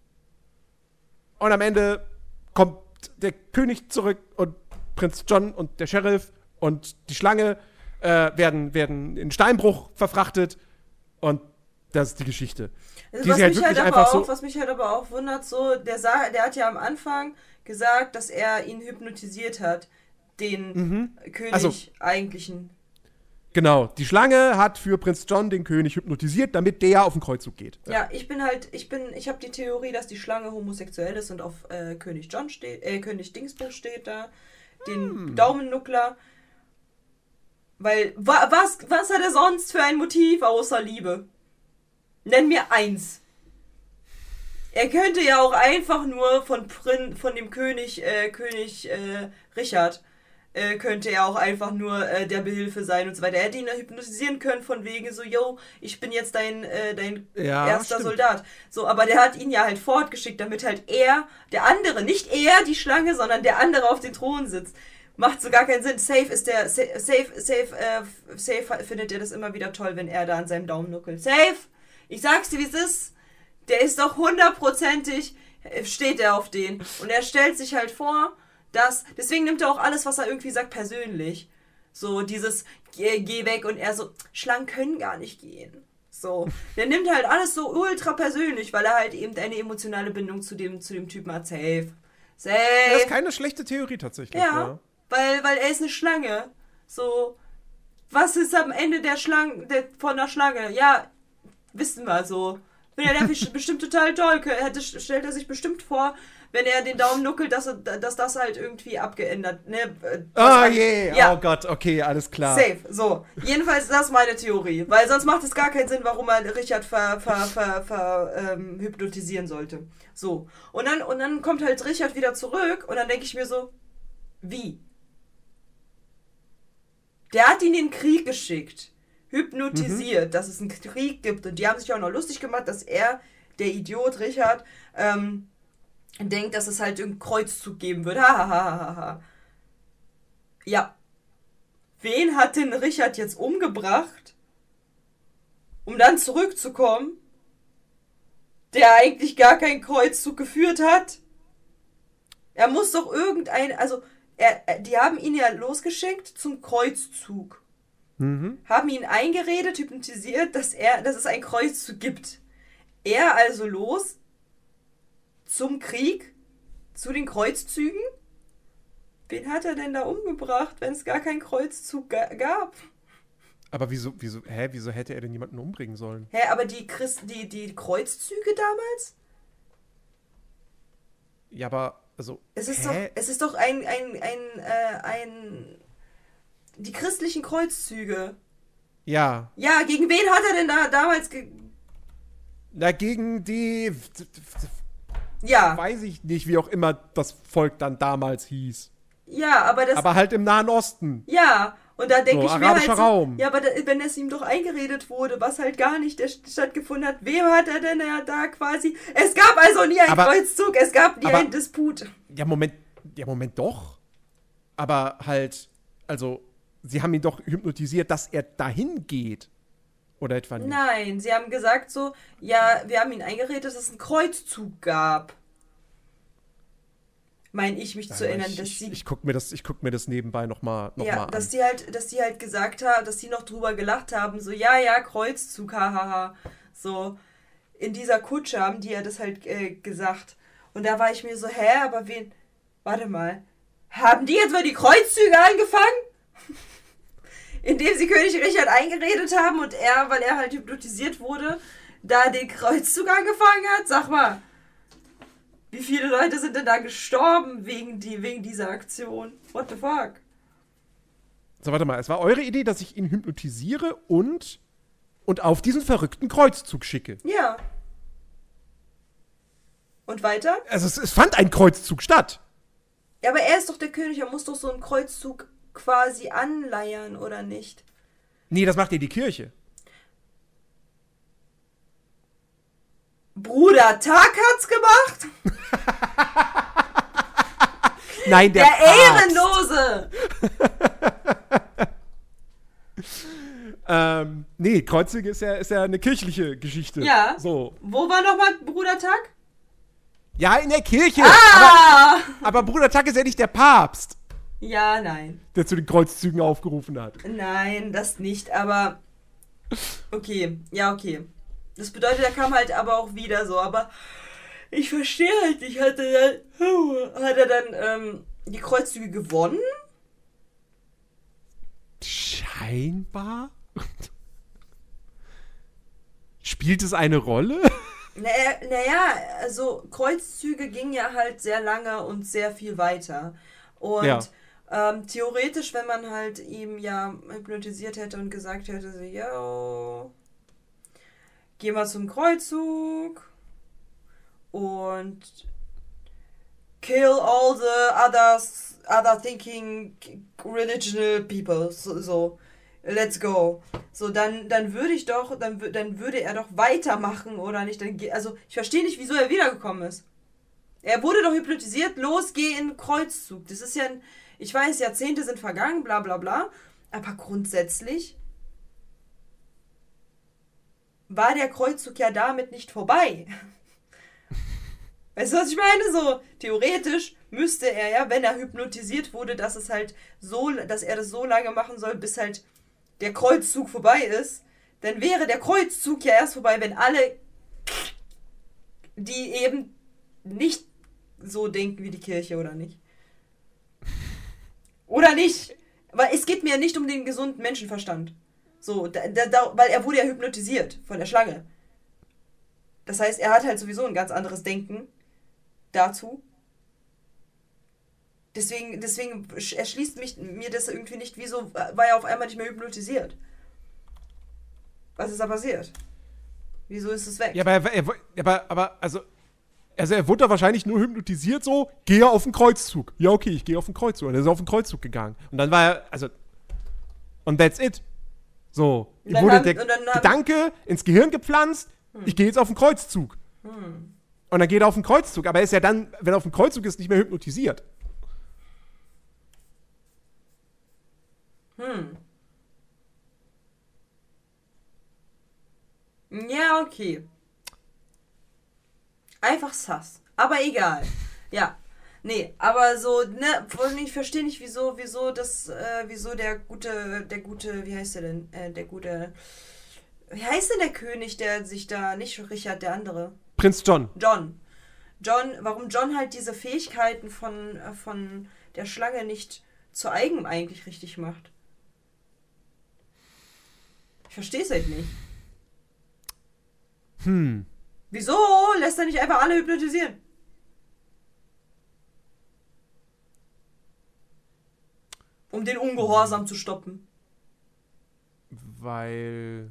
und am Ende kommt der König zurück und Prinz John und der Sheriff und die Schlange äh, werden, werden in Steinbruch verfrachtet und das ist die Geschichte. Also die was, mich halt halt aber auch, so was mich halt aber auch wundert, so, der, sah, der hat ja am Anfang gesagt, dass er ihn hypnotisiert hat, den mhm. König also, eigentlichen. Genau, die Schlange hat für Prinz John den König hypnotisiert, damit der auf den Kreuzzug geht. Ja, ja ich bin halt, ich bin, ich habe die Theorie, dass die Schlange homosexuell ist und auf äh, König John steht, äh, König Dingsbus steht da. Den hm. Daumennuckler. Weil, wa, was, was hat er sonst für ein Motiv außer Liebe? Nenn mir eins. Er könnte ja auch einfach nur von, Prin, von dem König, äh, König äh, Richard, äh, könnte er auch einfach nur äh, der Behilfe sein und so weiter. Er hätte ihn hypnotisieren können von wegen so, yo, ich bin jetzt dein, äh, dein ja, erster stimmt. Soldat. So, aber der hat ihn ja halt fortgeschickt, damit halt er, der andere, nicht er, die Schlange, sondern der andere auf dem Thron sitzt. Macht so gar keinen Sinn. Safe ist der, safe, safe, äh, safe findet er das immer wieder toll, wenn er da an seinem Daumen nuckelt. Safe! Ich sag's dir, wie es ist. Der ist doch hundertprozentig, steht er auf den. Und er stellt sich halt vor, dass, deswegen nimmt er auch alles, was er irgendwie sagt, persönlich. So dieses, geh, geh weg und er so, Schlangen können gar nicht gehen. So, der nimmt halt alles so ultra persönlich, weil er halt eben eine emotionale Bindung zu dem, zu dem Typen hat. Safe. Safe. Das ist keine schlechte Theorie tatsächlich. Ja, ja. Weil, weil er ist eine Schlange. So, was ist am Ende der Schlange, der, von der Schlange? Ja, wissen wir so. Wenn er der bestimmt total toll, hätte, stellt er sich bestimmt vor, wenn er den Daumen nuckelt, dass, er, dass das halt irgendwie abgeändert, ne? Oh je, yeah. Oh Gott, okay, alles klar. Safe, so. Jedenfalls ist das meine Theorie, weil sonst macht es gar keinen Sinn, warum er Richard ver, ver, ver, ver ähm, hypnotisieren sollte. So. Und dann, und dann kommt halt Richard wieder zurück und dann denke ich mir so, wie? Der hat ihn in den Krieg geschickt. Hypnotisiert, mhm. dass es einen Krieg gibt. Und die haben sich auch noch lustig gemacht, dass er, der Idiot Richard, ähm, denkt, dass es halt einen Kreuzzug geben wird. Hahaha. Ja. Wen hat denn Richard jetzt umgebracht, um dann zurückzukommen, der eigentlich gar keinen Kreuzzug geführt hat? Er muss doch irgendein, also, er, die haben ihn ja losgeschickt zum Kreuzzug. Mhm. Haben ihn eingeredet, hypnotisiert, dass er, dass es einen Kreuzzug gibt. Er also los zum Krieg, zu den Kreuzzügen. Wen hat er denn da umgebracht, wenn es gar keinen Kreuzzug ga- gab? Aber wieso, wieso, hä, wieso hätte er denn jemanden umbringen sollen? Hä, aber die Christ, die, die Kreuzzüge damals? Ja, aber, also, Es ist hä? doch, es ist doch ein, ein, ein, äh, ein... Die christlichen Kreuzzüge. Ja. Ja, gegen wen hat er denn da damals ge... Na, gegen die... Ja. Weiß ich nicht, wie auch immer das Volk dann damals hieß. Ja, aber das... Aber halt im Nahen Osten. Ja, und da denke so, ich mir halt so, Raum. Ja, aber da, wenn es ihm doch eingeredet wurde, was halt gar nicht der stattgefunden hat, wem hat er denn ja da quasi... Es gab also nie einen aber, Kreuzzug, es gab nie aber, einen Disput. Ja, Moment, ja, Moment doch. Aber halt, also... Sie haben ihn doch hypnotisiert, dass er dahin geht. Oder etwa nicht? Nein, sie haben gesagt so, ja, wir haben ihn eingeredet, dass es einen Kreuzzug gab. Meine ich mich ja, zu erinnern, ich, dass ich, sie... Ich guck mir das, ich guck mir das nebenbei nochmal noch ja, mal an. dass die halt, dass die halt gesagt haben, dass die noch drüber gelacht haben, so, ja, ja, Kreuzzug, hahaha. So, in dieser Kutsche haben die ja das halt äh, gesagt. Und da war ich mir so, hä, aber wen... Warte mal. Haben die jetzt mal die Kreuzzüge angefangen? Indem sie König Richard eingeredet haben und er, weil er halt hypnotisiert wurde, da den Kreuzzug angefangen hat? Sag mal, wie viele Leute sind denn da gestorben wegen, die, wegen dieser Aktion? What the fuck? So, warte mal, es war eure Idee, dass ich ihn hypnotisiere und, und auf diesen verrückten Kreuzzug schicke. Ja. Und weiter? Also es, es fand ein Kreuzzug statt. Ja, aber er ist doch der König, er muss doch so einen Kreuzzug quasi anleiern, oder nicht? Nee, das macht ja die Kirche. Bruder Tag hat's gemacht? Nein, der, der Papst. Ehrenlose! ähm, nee, Kreuzzüge ist ja, ist ja eine kirchliche Geschichte. Ja. So. Wo war nochmal Bruder Tag? Ja, in der Kirche. Ah! Aber, aber Bruder Tag ist ja nicht der Papst. Ja, nein. Der zu den Kreuzzügen aufgerufen hat. Nein, das nicht, aber... Okay, ja, okay. Das bedeutet, er kam halt aber auch wieder so, aber... Ich verstehe halt nicht, hat er dann... Hat er dann ähm, die Kreuzzüge gewonnen? Scheinbar? Spielt es eine Rolle? Naja, naja, also Kreuzzüge gingen ja halt sehr lange und sehr viel weiter. Und... Ja. Ähm, theoretisch, wenn man halt ihm ja hypnotisiert hätte und gesagt hätte, so, yo, geh mal zum Kreuzzug und kill all the others, other thinking religious people, so, so, let's go. So, dann, dann würde ich doch, dann, dann würde er doch weitermachen, oder nicht? Dann, also, ich verstehe nicht, wieso er wiedergekommen ist. Er wurde doch hypnotisiert, los, geh in den Kreuzzug. Das ist ja ein... Ich weiß, Jahrzehnte sind vergangen, bla bla bla, aber grundsätzlich war der Kreuzzug ja damit nicht vorbei. Weißt du, was ich meine? So, theoretisch müsste er ja, wenn er hypnotisiert wurde, dass es halt so, dass er das so lange machen soll, bis halt der Kreuzzug vorbei ist, dann wäre der Kreuzzug ja erst vorbei, wenn alle, die eben nicht so denken wie die Kirche, oder nicht? Oder nicht? Weil es geht mir ja nicht um den gesunden Menschenverstand. So, da, da, weil er wurde ja hypnotisiert von der Schlange. Das heißt, er hat halt sowieso ein ganz anderes Denken dazu. Deswegen, deswegen erschließt mich, mir das irgendwie nicht, wieso war er auf einmal nicht mehr hypnotisiert. Was ist da passiert? Wieso ist es weg? Ja, aber, er, er, aber, aber also, also er wurde da wahrscheinlich nur hypnotisiert so, gehe auf den Kreuzzug. Ja, okay, ich gehe auf den Kreuzzug. Und er ist auf den Kreuzzug gegangen. Und dann war er, also, und that's it. So, ihm wurde haben, der Gedanke ins Gehirn gepflanzt, hm. ich gehe jetzt auf den Kreuzzug. Hm. Und dann geht er auf den Kreuzzug. Aber er ist ja dann, wenn er auf dem Kreuzzug ist, nicht mehr hypnotisiert. Hm. Ja, okay. Einfach sass. Aber egal. Ja. Nee, aber so, ne, ich verstehe nicht, wieso, wieso das, äh, wieso der gute, der gute, wie heißt der denn? Äh, der gute, wie heißt denn der König, der sich da, nicht Richard, der andere? Prinz John. John. John, warum John halt diese Fähigkeiten von, äh, von der Schlange nicht zu eigen eigentlich richtig macht. Ich verstehe es halt nicht. Hm. Wieso lässt er nicht einfach alle hypnotisieren? Um den Ungehorsam zu stoppen. Weil...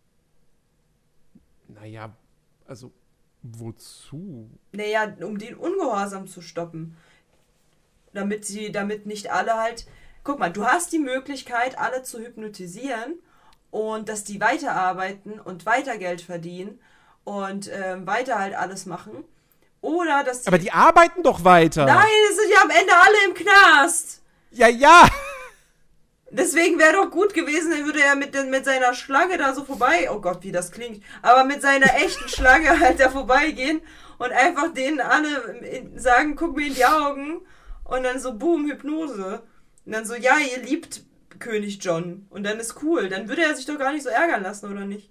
Naja, also wozu? Naja, um den Ungehorsam zu stoppen. Damit sie, damit nicht alle halt... Guck mal, du hast die Möglichkeit, alle zu hypnotisieren und dass die weiterarbeiten und weiter Geld verdienen und ähm, weiter halt alles machen. Oder dass die... Aber die arbeiten doch weiter. Nein, es sind ja am Ende alle im Knast. Ja, ja. Deswegen wäre doch gut gewesen, dann würde er mit, mit seiner Schlange da so vorbei, oh Gott, wie das klingt, aber mit seiner echten Schlange halt da vorbeigehen und einfach denen alle sagen, guck mir in die Augen und dann so, boom, Hypnose. Und dann so, ja, ihr liebt König John und dann ist cool. Dann würde er sich doch gar nicht so ärgern lassen, oder nicht?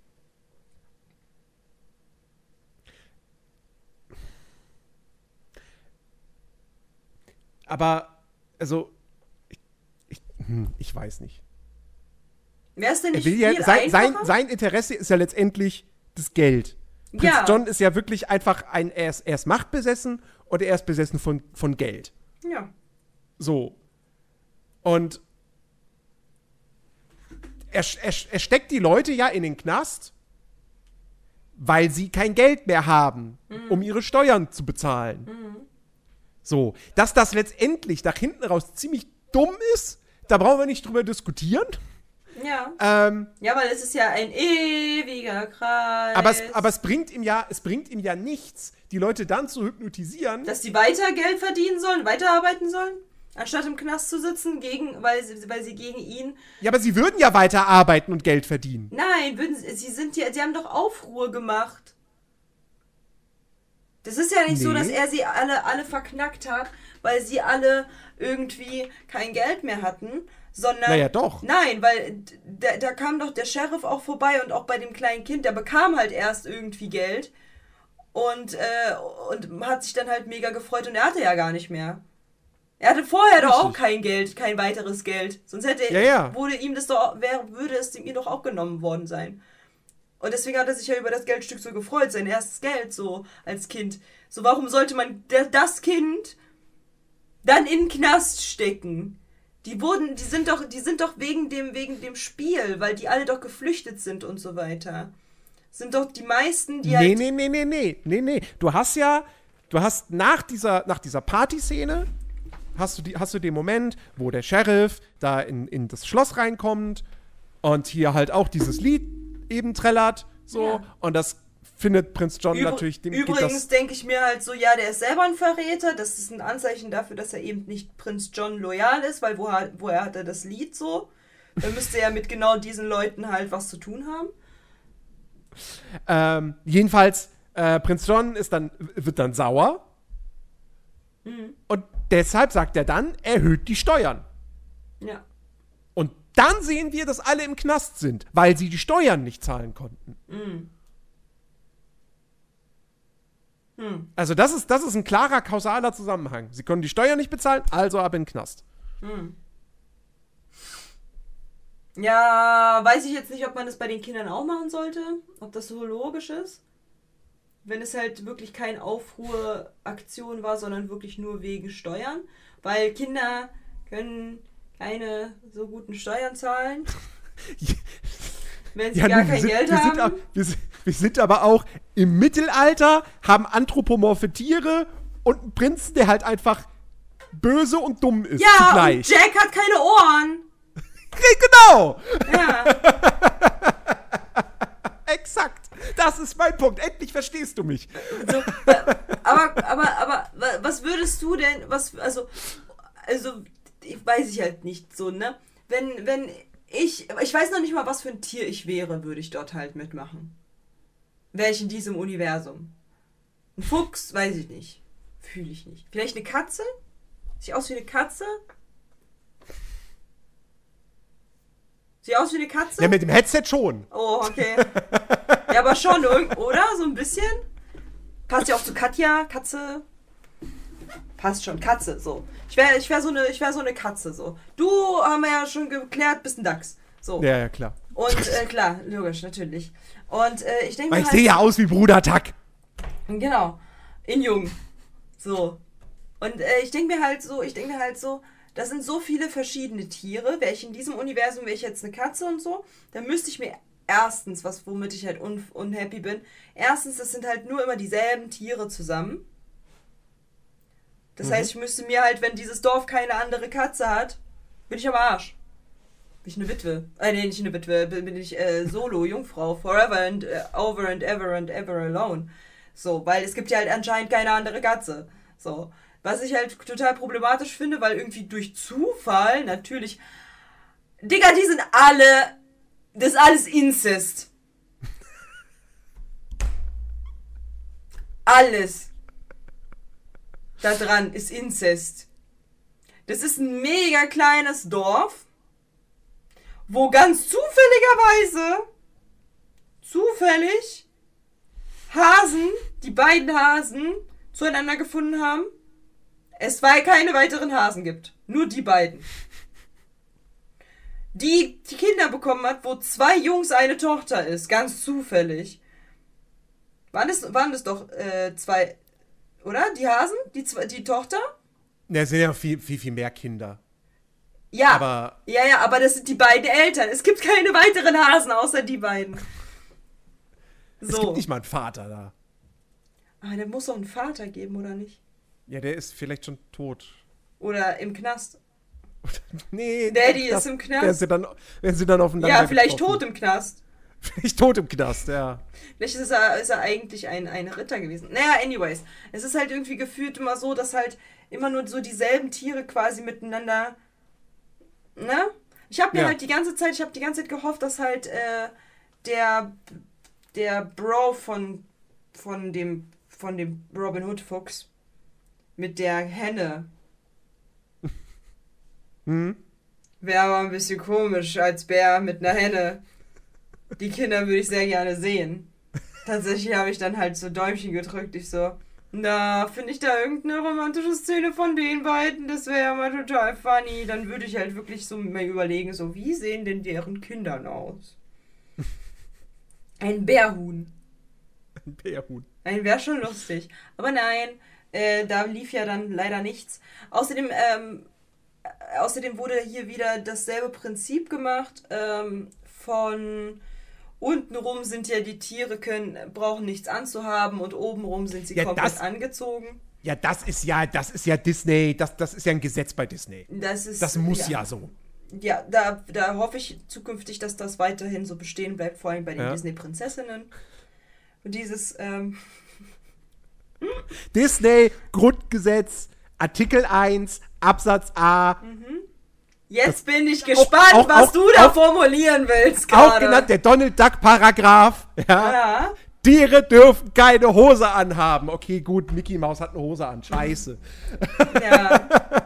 Aber, also... Hm, ich weiß nicht. Wäre es denn nicht er will ja, viel sein, sein, einfacher? sein Interesse ist ja letztendlich das Geld. Prinz Ja. John ist ja wirklich einfach ein, er ist, er ist machtbesessen und er ist besessen von, von Geld. Ja. So. Und er, er, er steckt die Leute ja in den Knast, weil sie kein Geld mehr haben, mhm. um ihre Steuern zu bezahlen. Mhm. So. Dass das letztendlich nach hinten raus ziemlich dumm ist, da brauchen wir nicht drüber diskutieren. Ja. Ähm, ja, weil es ist ja ein ewiger Kreis. aber, es, aber es bringt ihm ja, es bringt ihm ja nichts, die Leute dann zu hypnotisieren. Dass die weiter Geld verdienen sollen, weiterarbeiten sollen, anstatt im Knast zu sitzen, gegen, weil, sie, weil sie gegen ihn... Ja, aber sie würden ja weiter arbeiten und Geld verdienen. Nein, würden sie, sie sind ja, sie haben doch Aufruhr gemacht. Das ist ja nicht Nee. so, dass er sie alle, alle verknackt hat, weil sie alle irgendwie kein Geld mehr hatten, sondern... Naja, doch. Nein, weil da, da kam doch der Sheriff auch vorbei und auch bei dem kleinen Kind, der bekam halt erst irgendwie Geld und, äh, und hat sich dann halt mega gefreut und er hatte ja gar nicht mehr. Er hatte vorher doch auch Richtig. kein Geld, kein weiteres Geld. Sonst hätte Ja, ja. wurde ihm das doch, wär, würde es ihm doch auch genommen worden sein. Und deswegen hat er sich ja über das Geldstück so gefreut, sein erstes Geld so als Kind. So, warum sollte man das Kind dann in den Knast stecken? Die wurden, die sind doch, die sind doch wegen dem, wegen dem Spiel, weil die alle doch geflüchtet sind und so weiter. Sind doch die meisten, die Nee, halt... nee, nee, nee, nee, nee, nee. Du hast ja, du hast nach dieser, nach dieser Partyszene, hast du, die, hast du den Moment, wo der Sheriff da in, in das Schloss reinkommt und hier halt auch dieses Lied eben trällert, so, Ja. und das findet Prinz John Übr- natürlich, dem geht Übrigens das, denke ich mir halt so, ja, der ist selber ein Verräter. Das ist ein Anzeichen dafür, dass er eben nicht Prinz John loyal ist, weil woher, woher hat er das Lied so? Dann müsste er mit genau diesen Leuten halt was zu tun haben. ähm, jedenfalls, äh, Prinz John ist dann, wird dann sauer Mhm. und deshalb sagt er dann, erhöht die Steuern. Ja. Und dann sehen wir, dass alle im Knast sind, weil sie die Steuern nicht zahlen konnten. Mhm. Hm. Also das ist, das ist ein klarer kausaler Zusammenhang. Sie können die Steuern nicht bezahlen, also ab in den Knast. Hm. Ja, weiß ich jetzt nicht, ob man das bei den Kindern auch machen sollte. Ob das so logisch ist. Wenn es halt wirklich keine Aufruhraktion war, sondern wirklich nur wegen Steuern. Weil Kinder können keine so guten Steuern zahlen. Wenn sie ja, gar kein sind, Geld wir haben. Sind auch, wir, sind, wir sind aber auch im Mittelalter, haben anthropomorphe Tiere und einen Prinzen, der halt einfach böse und dumm ist ja, zugleich. Ja, und Jack hat keine Ohren. Genau. Ja. Exakt. Das ist mein Punkt. Endlich verstehst du mich. So, aber, aber, aber, was würdest du denn, was, also, also, ich weiß ich halt nicht so, ne? Wenn, wenn ich, ich weiß noch nicht mal, was für ein Tier ich wäre, würde ich dort halt mitmachen. Wäre ich in diesem Universum. Ein Fuchs, weiß ich nicht. Fühle ich nicht. Vielleicht eine Katze? Sieht aus wie eine Katze? Sieht aus wie eine Katze? Ja, mit dem Headset schon. Oh, okay. Ja, aber schon, oder? So ein bisschen? Passt ja auch zu Katja, Katze. Passt schon, Katze, so. Ich wäre ich wär so, eine, wär so eine Katze, so. Du, haben wir ja schon geklärt, bist ein Dachs. So. Ja, ja, klar. Und, äh, klar, logisch, natürlich. Und, äh, ich denke Weil ich halt, sehe ja aus wie Bruder Tuck. Genau. In jung. So. Und, äh, ich denke mir halt so, ich denke mir halt so, das sind so viele verschiedene Tiere. Wäre ich in diesem Universum, wäre ich jetzt eine Katze und so, dann müsste ich mir erstens, was womit ich halt un unhappy bin, erstens, das sind halt nur immer dieselben Tiere zusammen. Das mhm. heißt, ich müsste mir halt, wenn dieses Dorf keine andere Katze hat, bin ich am Arsch. Bin ich eine Witwe. Äh, nee, nicht eine Witwe, bin, bin ich äh, Solo, Jungfrau, forever and uh, over and ever and ever alone. So, weil es gibt ja halt anscheinend keine andere Katze. So. Was ich halt total problematisch finde, weil irgendwie durch Zufall natürlich... Digga, die sind alle... Das ist alles Inzest. Alles. Da dran ist Inzest. Das ist ein mega kleines Dorf, wo ganz zufälligerweise, zufällig, Hasen, die beiden Hasen, zueinander gefunden haben. Es weil keine weiteren Hasen gibt. Nur die beiden. Die die Kinder bekommen hat, wo zwei Jungs eine Tochter ist. Ganz zufällig. Waren das, waren das doch äh, zwei, oder? Die Hasen? Die, die Tochter? Ja, es sind ja viel, viel, viel mehr Kinder. Ja, aber ja, ja, aber das sind die beiden Eltern. Es gibt keine weiteren Hasen, außer die beiden. So. Es gibt nicht mal einen Vater da. Aber der muss doch einen Vater geben, oder nicht? Ja, der ist vielleicht schon tot. Oder im Knast. Nee, Daddy ist im Knast. Wenn sie dann, wenn sie dann aufeinander Ja, vielleicht getroffen. tot im Knast. Vielleicht tot im Knast, ja. Vielleicht ist er, ist er eigentlich ein, ein Ritter gewesen. Naja, anyways. Es ist halt irgendwie gefühlt immer so, dass halt immer nur so dieselben Tiere quasi miteinander... Ne? Ich habe mir ja. halt die ganze Zeit, ich habe die ganze Zeit gehofft, dass halt äh, der der Bro von von dem von dem Robin Hood Fuchs mit der Henne hm? wäre aber ein bisschen komisch als Bär mit einer Henne. Die Kinder würde ich sehr gerne sehen. Tatsächlich habe ich dann halt so Däumchen gedrückt. Ich so, na, finde ich da irgendeine romantische Szene von den beiden? Das wäre ja mal total funny. Dann würde ich halt wirklich so mir überlegen, so, wie sehen denn deren Kindern aus? Ein Bärhuhn. Ein Bärhuhn. Ein wäre schon lustig. Aber nein, äh, da lief ja dann leider nichts. Außerdem, ähm, äh, außerdem wurde hier wieder dasselbe Prinzip gemacht. Ähm, von untenrum sind ja die Tiere, können, brauchen nichts anzuhaben und obenrum sind sie ja, komplett das, angezogen. Ja, das ist ja, das ist ja Disney, das, das ist ja ein Gesetz bei Disney. Das ist, das muss ja, ja so. Ja, da, da hoffe ich zukünftig, dass das weiterhin so bestehen bleibt, vor allem bei den ja. Disney-Prinzessinnen. Und dieses, ähm... Disney, Grundgesetz, Artikel eins, Absatz A. Mhm. Jetzt das bin ich gespannt, auch, auch, was auch, du da auch, formulieren willst gerade. Auch genannt der Donald Duck-Paragraph. Ja. ja. Tiere dürfen keine Hose anhaben. Okay, gut, Mickey Mouse hat eine Hose an. Scheiße. Ja.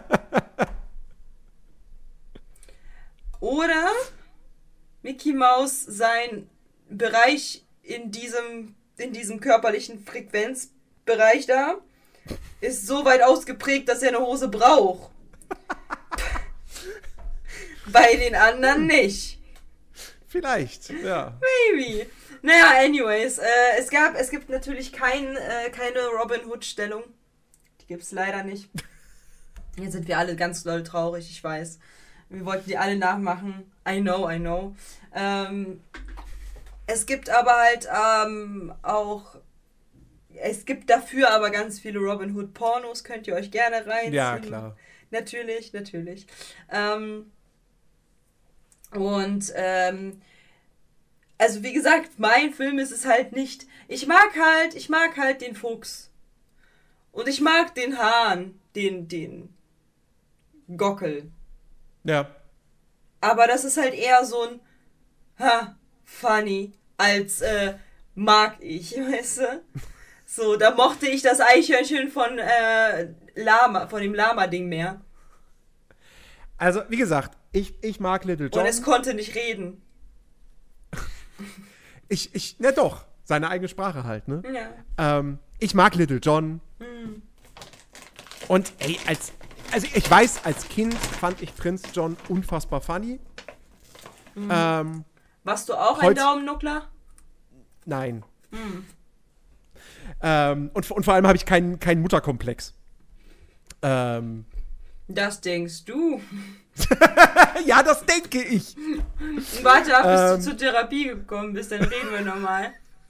Oder Mickey Mouse sein Bereich in diesem, in diesem körperlichen Frequenzbereich da ist so weit ausgeprägt, dass er eine Hose braucht. Bei den anderen nicht. Vielleicht, ja. Maybe. Naja, anyways, äh, es gab, es gibt natürlich kein, äh, keine Robin Hood-Stellung. Die gibt's leider nicht. Jetzt sind wir alle ganz doll traurig, ich weiß. Wir wollten die alle nachmachen. I know, I know. Ähm, es gibt aber halt ähm, auch, es gibt dafür aber ganz viele Robin Hood Pornos, könnt ihr euch gerne reinziehen. Ja, klar. Natürlich, natürlich. Ähm, und, ähm, also wie gesagt, mein Film ist es halt nicht. Ich mag halt, ich mag halt den Fuchs. Und ich mag den Hahn, den, den Gockel. Ja. Aber das ist halt eher so ein ha, funny, als äh, mag ich, weißt du? So, da mochte ich das Eichhörnchen von äh, Lama, von dem Lama-Ding mehr. Also, wie gesagt, ich, ich mag Little John. Und es konnte nicht reden. Ich, ich, na doch, seine eigene Sprache halt, ne? Ja. Ähm, ich mag Little John. Hm. Und ey, als, also ich weiß, als Kind fand ich Prinz John unfassbar funny. Mhm. Ähm, Warst du auch ein heutz- Daumennuckler? Nein. Mhm. Ähm, und, und vor allem habe ich keinen keinen Mutterkomplex. Ähm, Das denkst du. ja, das denke ich. Warte ab, bis Ähm. du zur Therapie gekommen bist, dann reden wir nochmal.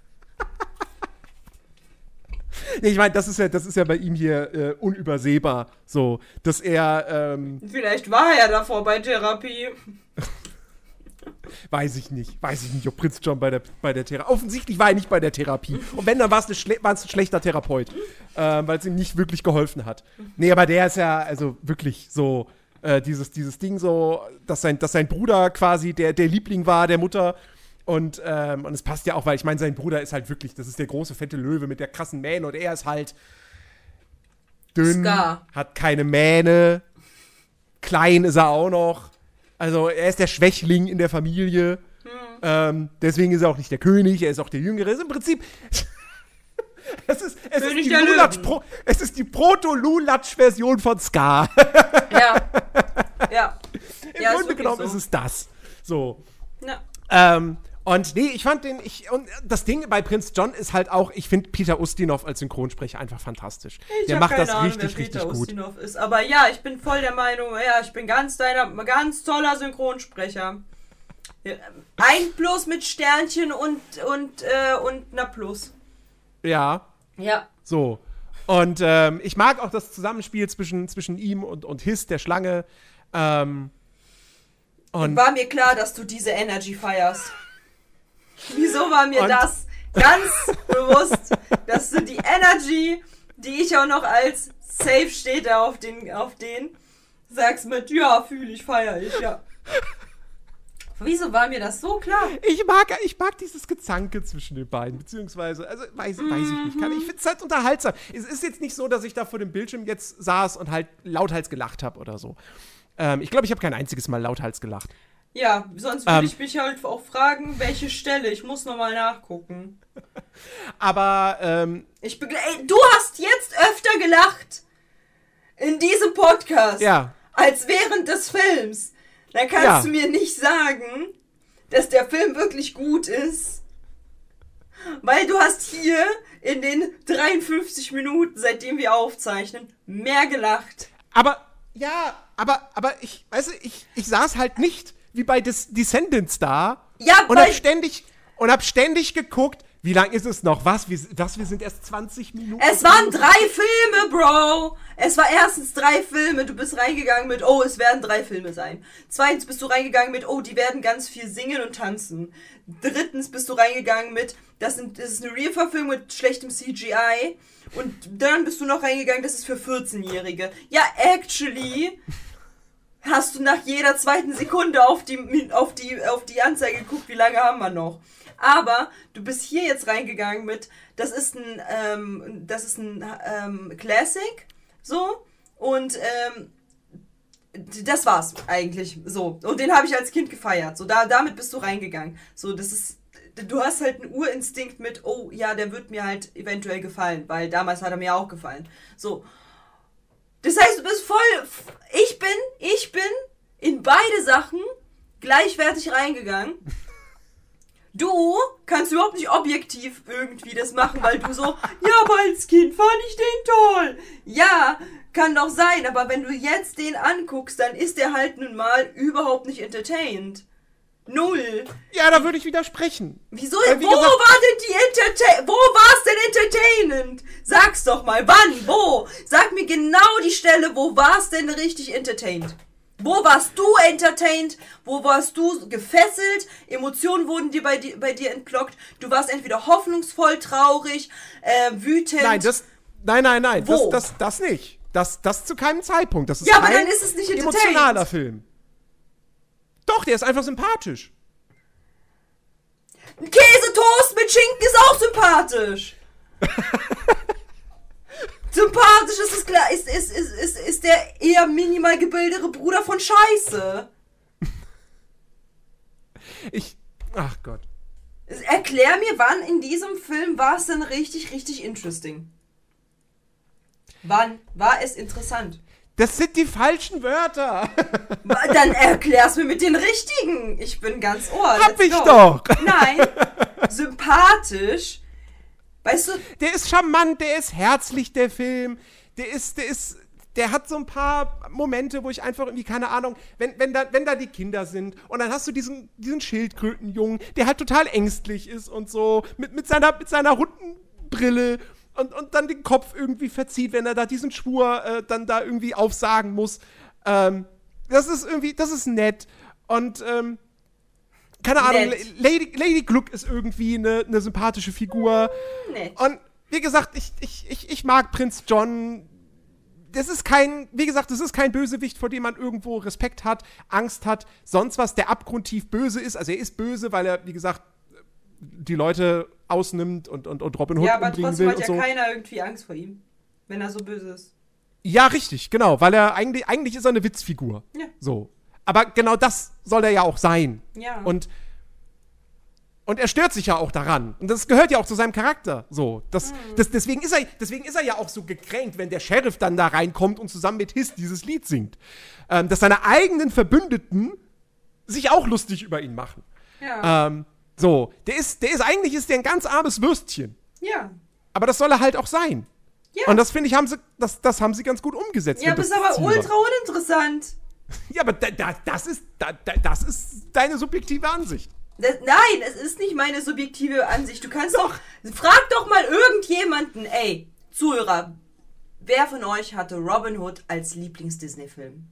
Nee, ich meine, das ist ja, das ist ja bei ihm hier äh, unübersehbar, so, dass er, ähm, Vielleicht war er ja davor bei Therapie. weiß ich nicht, weiß ich nicht, ob Prinz John bei der, bei der Therapie, offensichtlich war er nicht bei der Therapie. Und wenn, dann war es eine schle- war's ein schlechter Therapeut, ähm, weil es ihm nicht wirklich geholfen hat. Nee, aber der ist ja, also wirklich so, äh, dieses, dieses Ding so, dass sein, dass sein Bruder quasi der, der Liebling war der Mutter. Und, ähm, und es passt ja auch, weil ich meine, sein Bruder ist halt wirklich, das ist der große, fette Löwe mit der krassen Mähne und er ist halt dünn, Scar. hat keine Mähne, klein ist er auch noch. Also er ist der Schwächling in der Familie. Hm. Ähm, deswegen ist er auch nicht der König, er ist auch der Jüngere. Es ist im Prinzip, es ist, es ist König die der Lulatsch, Löwen. Pro, es ist die Proto-Lulatsch-Version von Scar. Ja. Ja. Im Ja, ist Grunde wirklich genommen so. ist es das. So. Ja. Ähm, und nee, ich fand den, ich, und das Ding bei Prinz John ist halt auch, ich finde Peter Ustinov als Synchronsprecher einfach fantastisch. Ich Der hab macht keine das Ahnung, richtig, wer Peter richtig gut. Ustinov ist. Aber ja, ich bin voll der Meinung, ja, ich bin ganz deiner, ganz toller Synchronsprecher. Ja, ein Plus mit Sternchen und, und, äh, und einer Plus. Ja, Ja. so. Und ähm, ich mag auch das Zusammenspiel zwischen, zwischen ihm und, und Hiss, der Schlange. Ähm, und War mir klar, dass du diese Energy feierst. Wieso war mir Und- das ganz bewusst, dass du die Energy, die ich auch noch als Safe steht da auf den, auf den, sagst mit, ja, fühle ich, feier ich, ja. Wieso war mir das so klar? ich mag, ich mag dieses Gezanke zwischen den beiden, beziehungsweise, also weiß, weiß ich nicht. Kann, ich finde es halt unterhaltsam. Es ist jetzt nicht so, dass ich da vor dem Bildschirm jetzt saß und halt lauthals gelacht habe oder so. Ähm, ich glaube, ich habe kein einziges Mal lauthals gelacht. Ja, sonst würde Ähm. ich mich halt auch fragen, welche Stelle. Ich muss nochmal nachgucken. Aber, ähm, Ich begle Ey, du hast jetzt öfter gelacht in diesem Podcast ja. als während des Films. Dann kannst Ja. du mir nicht sagen, dass der Film wirklich gut ist. Weil du hast hier in den dreiundfünfzig Minuten, seitdem wir aufzeichnen, mehr gelacht. Aber, ja, aber, aber ich, weißt du, ich, ich saß halt nicht wie bei Des Descendants da Ja, und weil- hab ständig, und hab ständig geguckt, wie lang ist es noch? Was? Wir, was? Wir sind erst zwanzig Minuten. Es waren drei Filme, Bro. Es war erstens drei Filme. Du bist reingegangen mit, oh, es werden drei Filme sein. Zweitens bist du reingegangen mit, oh, die werden ganz viel singen und tanzen. Drittens bist du reingegangen mit, das, sind, das ist eine Real-Verfilmung mit schlechtem C G I. Und dann bist du noch reingegangen, das ist für vierzehnjährige. Ja, actually hast du nach jeder zweiten Sekunde auf die, auf die, auf die Anzeige geguckt, wie lange haben wir noch. Aber du bist hier jetzt reingegangen mit, das ist ein, ähm, das ist ein ähm, Classic, so, und ähm, das war's eigentlich, so. Und den habe ich als Kind gefeiert, so, da, damit bist du reingegangen. So, das ist, du hast halt einen Urinstinkt mit, oh, ja, der wird mir halt eventuell gefallen, weil damals hat er mir auch gefallen. So. Das heißt, du bist voll, ich bin, ich bin in beide Sachen gleichwertig reingegangen. Du kannst überhaupt nicht objektiv irgendwie das machen, weil du so, ja, aber als Kind fand ich den toll. Ja, kann doch sein, aber wenn du jetzt den anguckst, dann ist der halt nun mal überhaupt nicht entertained. Null. Ja, da würde ich widersprechen. Wieso? Wo gesagt, war denn die Entertain... Wo war's denn entertainend? Sag's doch mal. Wann? Wo? Sag mir genau die Stelle, wo war's denn richtig entertained? Wo warst du entertained? Wo warst du gefesselt? Emotionen wurden dir bei, dir, bei dir entlockt. Du warst entweder hoffnungsvoll, traurig, äh, wütend. Nein, das... Nein, nein, nein. Wo? Das, das, das nicht. Das, das zu keinem Zeitpunkt. Das ist ja, aber kein dann ist es nicht entertained. emotionaler Film. Doch, der ist einfach sympathisch. Ein Käsetoast mit Schinken ist auch sympathisch. Sympathisch ist, es klar, ist, ist, ist, ist, ist der eher minimal gebildete Bruder von Scheiße. Ich... Ach Gott. Erklär mir, wann in diesem Film war es denn richtig, richtig interesting? Wann war es interessant? Das sind die falschen Wörter. Dann erklär's mir mit den richtigen. Ich bin ganz ohr. Hab ich go. doch. Nein. Sympathisch. Weißt du... Der ist charmant, der ist herzlich, der Film. Der ist, der ist... Der hat so ein paar Momente, wo ich einfach irgendwie, keine Ahnung, wenn, wenn, da, wenn da die Kinder sind und dann hast du diesen, diesen Schildkrötenjungen, der halt total ängstlich ist und so, mit, mit, seiner, mit seiner runden Brille und, und dann den Kopf irgendwie verzieht, wenn er da diesen Schwur äh, dann da irgendwie aufsagen muss. Ähm, das ist irgendwie, das ist nett. Und, ähm, keine Ahnung, Nett. Lady, Lady Gluck ist irgendwie eine, eine sympathische Figur. Nett. Und wie gesagt, ich, ich, ich, ich mag Prinz John. Das ist kein, wie gesagt, das ist kein Bösewicht, vor dem man irgendwo Respekt hat, Angst hat, sonst was, der abgrundtief böse ist. Also er ist böse, weil er, wie gesagt, die Leute ausnimmt und, und, und Robin Hood ja, aber umbringen trotzdem will hat und ja so. keiner irgendwie Angst vor ihm, wenn er so böse ist. Ja, richtig, genau, weil er eigentlich, eigentlich ist er eine Witzfigur. Ja. So. Aber genau das soll er ja auch sein. Ja. Und Und er stört sich ja auch daran. Und das gehört ja auch zu seinem Charakter. So. Das, Mhm. das, deswegen, ist er, deswegen ist er ja auch so gekränkt, wenn der Sheriff dann da reinkommt und zusammen mit Hiss dieses Lied singt. Ähm, dass seine eigenen Verbündeten sich auch lustig über ihn machen. Ja. Ähm, so. Der ist, der ist, eigentlich ist der ein ganz armes Würstchen. ja. Aber das soll er halt auch sein. Ja. Und das finde ich, haben sie, das, das haben sie ganz gut umgesetzt. Ja, wenn bist das aber Ziel war. ultra uninteressant. Ja, aber da, da, das, ist, da, da, das ist deine subjektive Ansicht. Das, nein, es ist nicht meine subjektive Ansicht. Du kannst doch, frag doch mal irgendjemanden, ey, Zuhörer, wer von euch hatte Robin Hood als Lieblings-Disney-Film?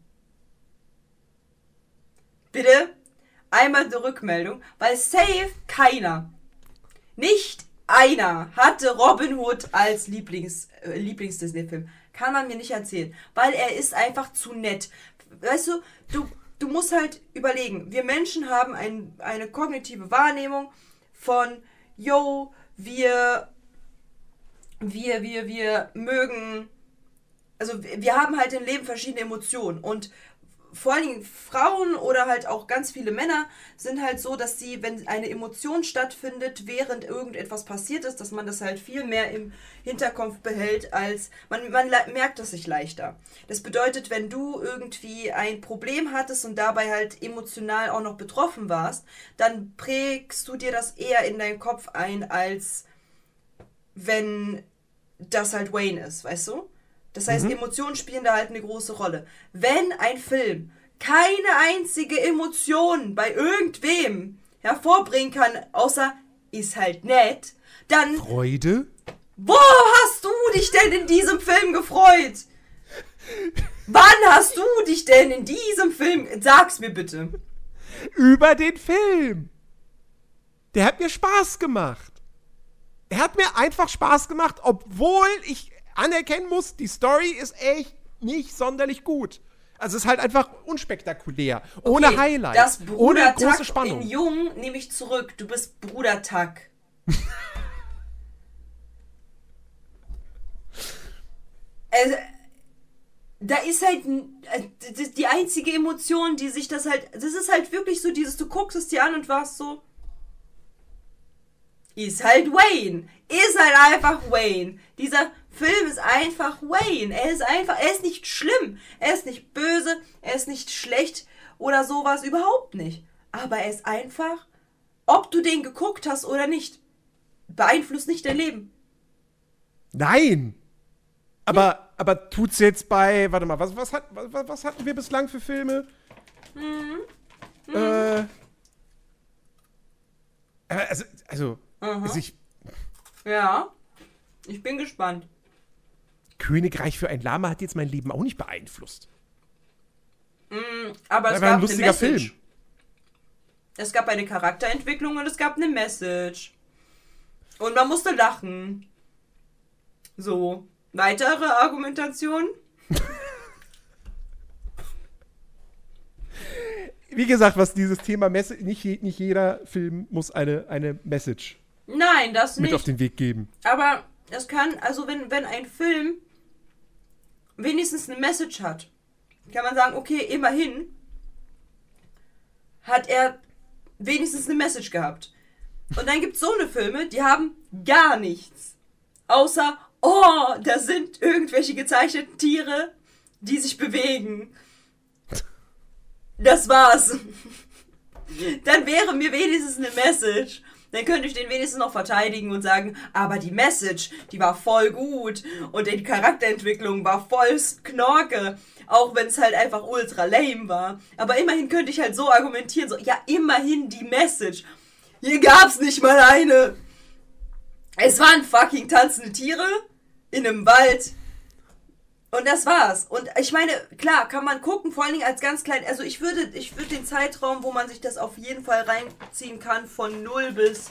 Bitte einmal eine Rückmeldung, weil safe keiner, nicht einer hatte Robin Hood als Lieblings, äh, Lieblings-Disney-Film. Kann man mir nicht erzählen, weil er ist einfach zu nett. Weißt du, du, du musst halt überlegen, wir Menschen haben ein, eine kognitive Wahrnehmung von, yo, wir, wir, wir, wir mögen, also wir wir haben halt im Leben verschiedene Emotionen und vor allen Dingen Frauen oder halt auch ganz viele Männer sind halt so, dass sie, wenn eine Emotion stattfindet, während irgendetwas passiert ist, dass man das halt viel mehr im Hinterkopf behält, als man, man le- merkt es sich leichter. Das bedeutet, wenn du irgendwie ein Problem hattest und dabei halt emotional auch noch betroffen warst, dann prägst du dir das eher in deinen Kopf ein, als wenn das halt Wayne ist, weißt du? Das heißt, Mhm. Emotionen spielen da halt eine große Rolle. Wenn ein Film keine einzige Emotion bei irgendwem hervorbringen kann, außer ist halt nett, dann Freude? wo hast du dich denn in diesem Film gefreut? Wann hast du dich denn in diesem Film... Sag's mir bitte. Über den Film. Der hat mir Spaß gemacht. Er hat mir einfach Spaß gemacht, obwohl ich anerkennen muss, die Story ist echt nicht sonderlich gut. Also es ist halt einfach unspektakulär. Ohne Okay, Highlight. Das ohne Bruder große Tuck Spannung. in Jung nehme ich zurück. Du bist Bruder Tuck. Also, da ist halt n- äh, d- die einzige Emotion, die sich das halt... Das ist halt wirklich so dieses, du guckst es dir an und warst so... Ist halt Wayne. Ist halt einfach Wayne. Dieser Film ist einfach Wayne. Er ist einfach, er ist nicht schlimm. Er ist nicht böse. Er ist nicht schlecht oder sowas. Überhaupt nicht. Aber er ist einfach ob du den geguckt hast oder nicht, beeinflusst nicht dein Leben. Nein! Aber, ja. aber tut's jetzt bei, warte mal, was, was, hat, was, was hatten wir bislang für Filme? Mhm. Mhm. Äh, also, also, also ich... Ja, ich bin gespannt. Königreich für ein Lama hat jetzt mein Leben auch nicht beeinflusst. Mm, aber das es war gab ein lustiger eine Message. Film. Es gab eine Charakterentwicklung und es gab eine Message. Und man musste lachen. So, weitere Argumentation? Wie gesagt, was dieses Thema Message, nicht, nicht jeder Film muss eine, eine Message Nein, das mit nicht. auf den Weg geben. Aber es kann, also wenn, wenn ein Film wenigstens eine Message hat, kann man sagen, okay, immerhin hat er wenigstens eine Message gehabt. Und dann gibt es so eine Filme, die haben gar nichts. Außer, oh, da sind irgendwelche gezeichneten Tiere, die sich bewegen. Das war's. Dann wäre mir wenigstens eine Message. Dann könnte ich den wenigstens noch verteidigen und sagen, aber die Message, die war voll gut. Und die Charakterentwicklung war voll Knorke. Auch wenn es halt einfach ultra lame war. Aber immerhin könnte ich halt so argumentieren, so, ja, immerhin die Message. Hier gab's nicht mal eine. Es waren fucking tanzende Tiere in einem Wald. Und das war's. Und ich meine, klar, kann man gucken, vor allen Dingen als ganz klein. Also ich würde, ich würde den Zeitraum, wo man sich das auf jeden Fall reinziehen kann, von null bis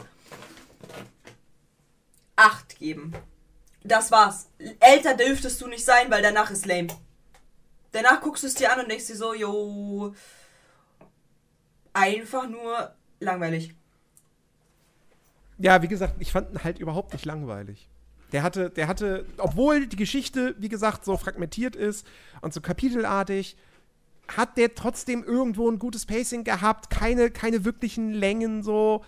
acht geben. Das war's. Älter dürftest du nicht sein, weil danach ist lame. Danach guckst du es dir an und denkst dir so, jo, einfach nur langweilig. Ja, wie gesagt, ich fand ihn halt überhaupt nicht langweilig. Der hatte, der hatte, obwohl die Geschichte, wie gesagt, so fragmentiert ist und so kapitelartig, hat der trotzdem irgendwo ein gutes Pacing gehabt, keine, keine wirklichen Längen so.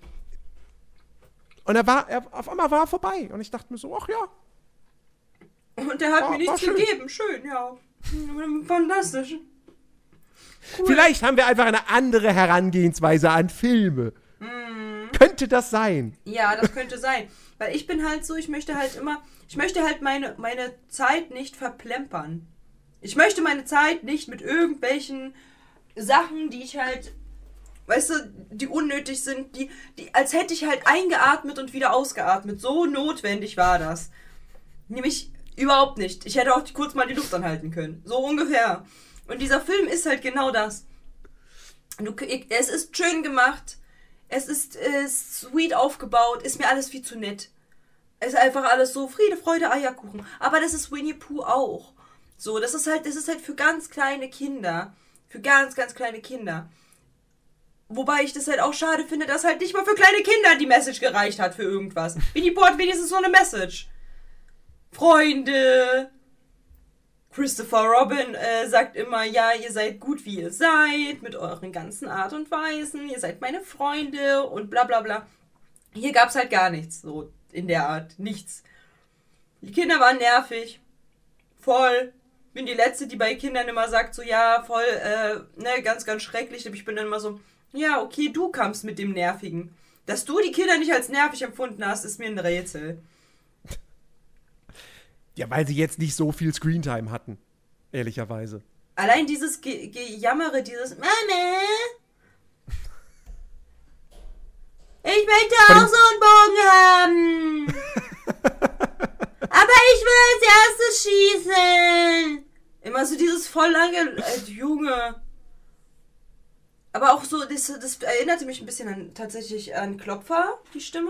Und er war, er, auf einmal war er vorbei. Und ich dachte mir so, ach ja. Und der hat war, mir nichts schön. gegeben. Schön, ja. Fantastisch. Cool. Vielleicht haben wir einfach eine andere Herangehensweise an Filme. Mm. Könnte das sein? Ja, das könnte sein. Weil ich bin halt so, ich möchte halt immer, ich möchte halt meine, meine Zeit nicht verplempern. Ich möchte meine Zeit nicht mit irgendwelchen Sachen, die ich halt, weißt du, die unnötig sind, die, die, als hätte ich halt eingeatmet und wieder ausgeatmet. So notwendig war das. Nämlich überhaupt nicht. Ich hätte auch kurz mal die Luft anhalten können. So ungefähr. Und dieser Film ist halt genau das. Du, es ist schön gemacht. Es ist äh, sweet aufgebaut. Ist mir alles viel zu nett. Es ist einfach alles so Friede, Freude, Eierkuchen. Aber das ist Winnie Pooh auch. So, das ist halt, das ist halt für ganz kleine Kinder. Für ganz, ganz kleine Kinder. Wobei ich das halt auch schade finde, dass halt nicht mal für kleine Kinder die Message gereicht hat für irgendwas. Winnie Pooh hat wenigstens so eine Message. Freunde. Christopher Robin äh, sagt immer, ja, ihr seid gut, wie ihr seid, mit euren ganzen Art und Weisen, ihr seid meine Freunde und bla bla bla. Hier gab's halt gar nichts, so in der Art, nichts. Die Kinder waren nervig, voll. Bin die Letzte, die bei Kindern immer sagt, so, ja, voll, äh, ne, ganz, ganz schrecklich. Aber ich bin dann immer so, ja, okay, du kamst mit dem Nervigen. Dass du die Kinder nicht als nervig empfunden hast, ist mir ein Rätsel. Ja, weil sie jetzt nicht so viel Screentime hatten. Ehrlicherweise. Allein dieses Ge- Gejammere, dieses Mama. Ich möchte auch so einen Bogen haben. Aber ich will als erstes schießen. Immer so dieses voll lange, äh, Junge. Aber auch so, das, das erinnerte mich ein bisschen an, tatsächlich an Klopfer, die Stimme.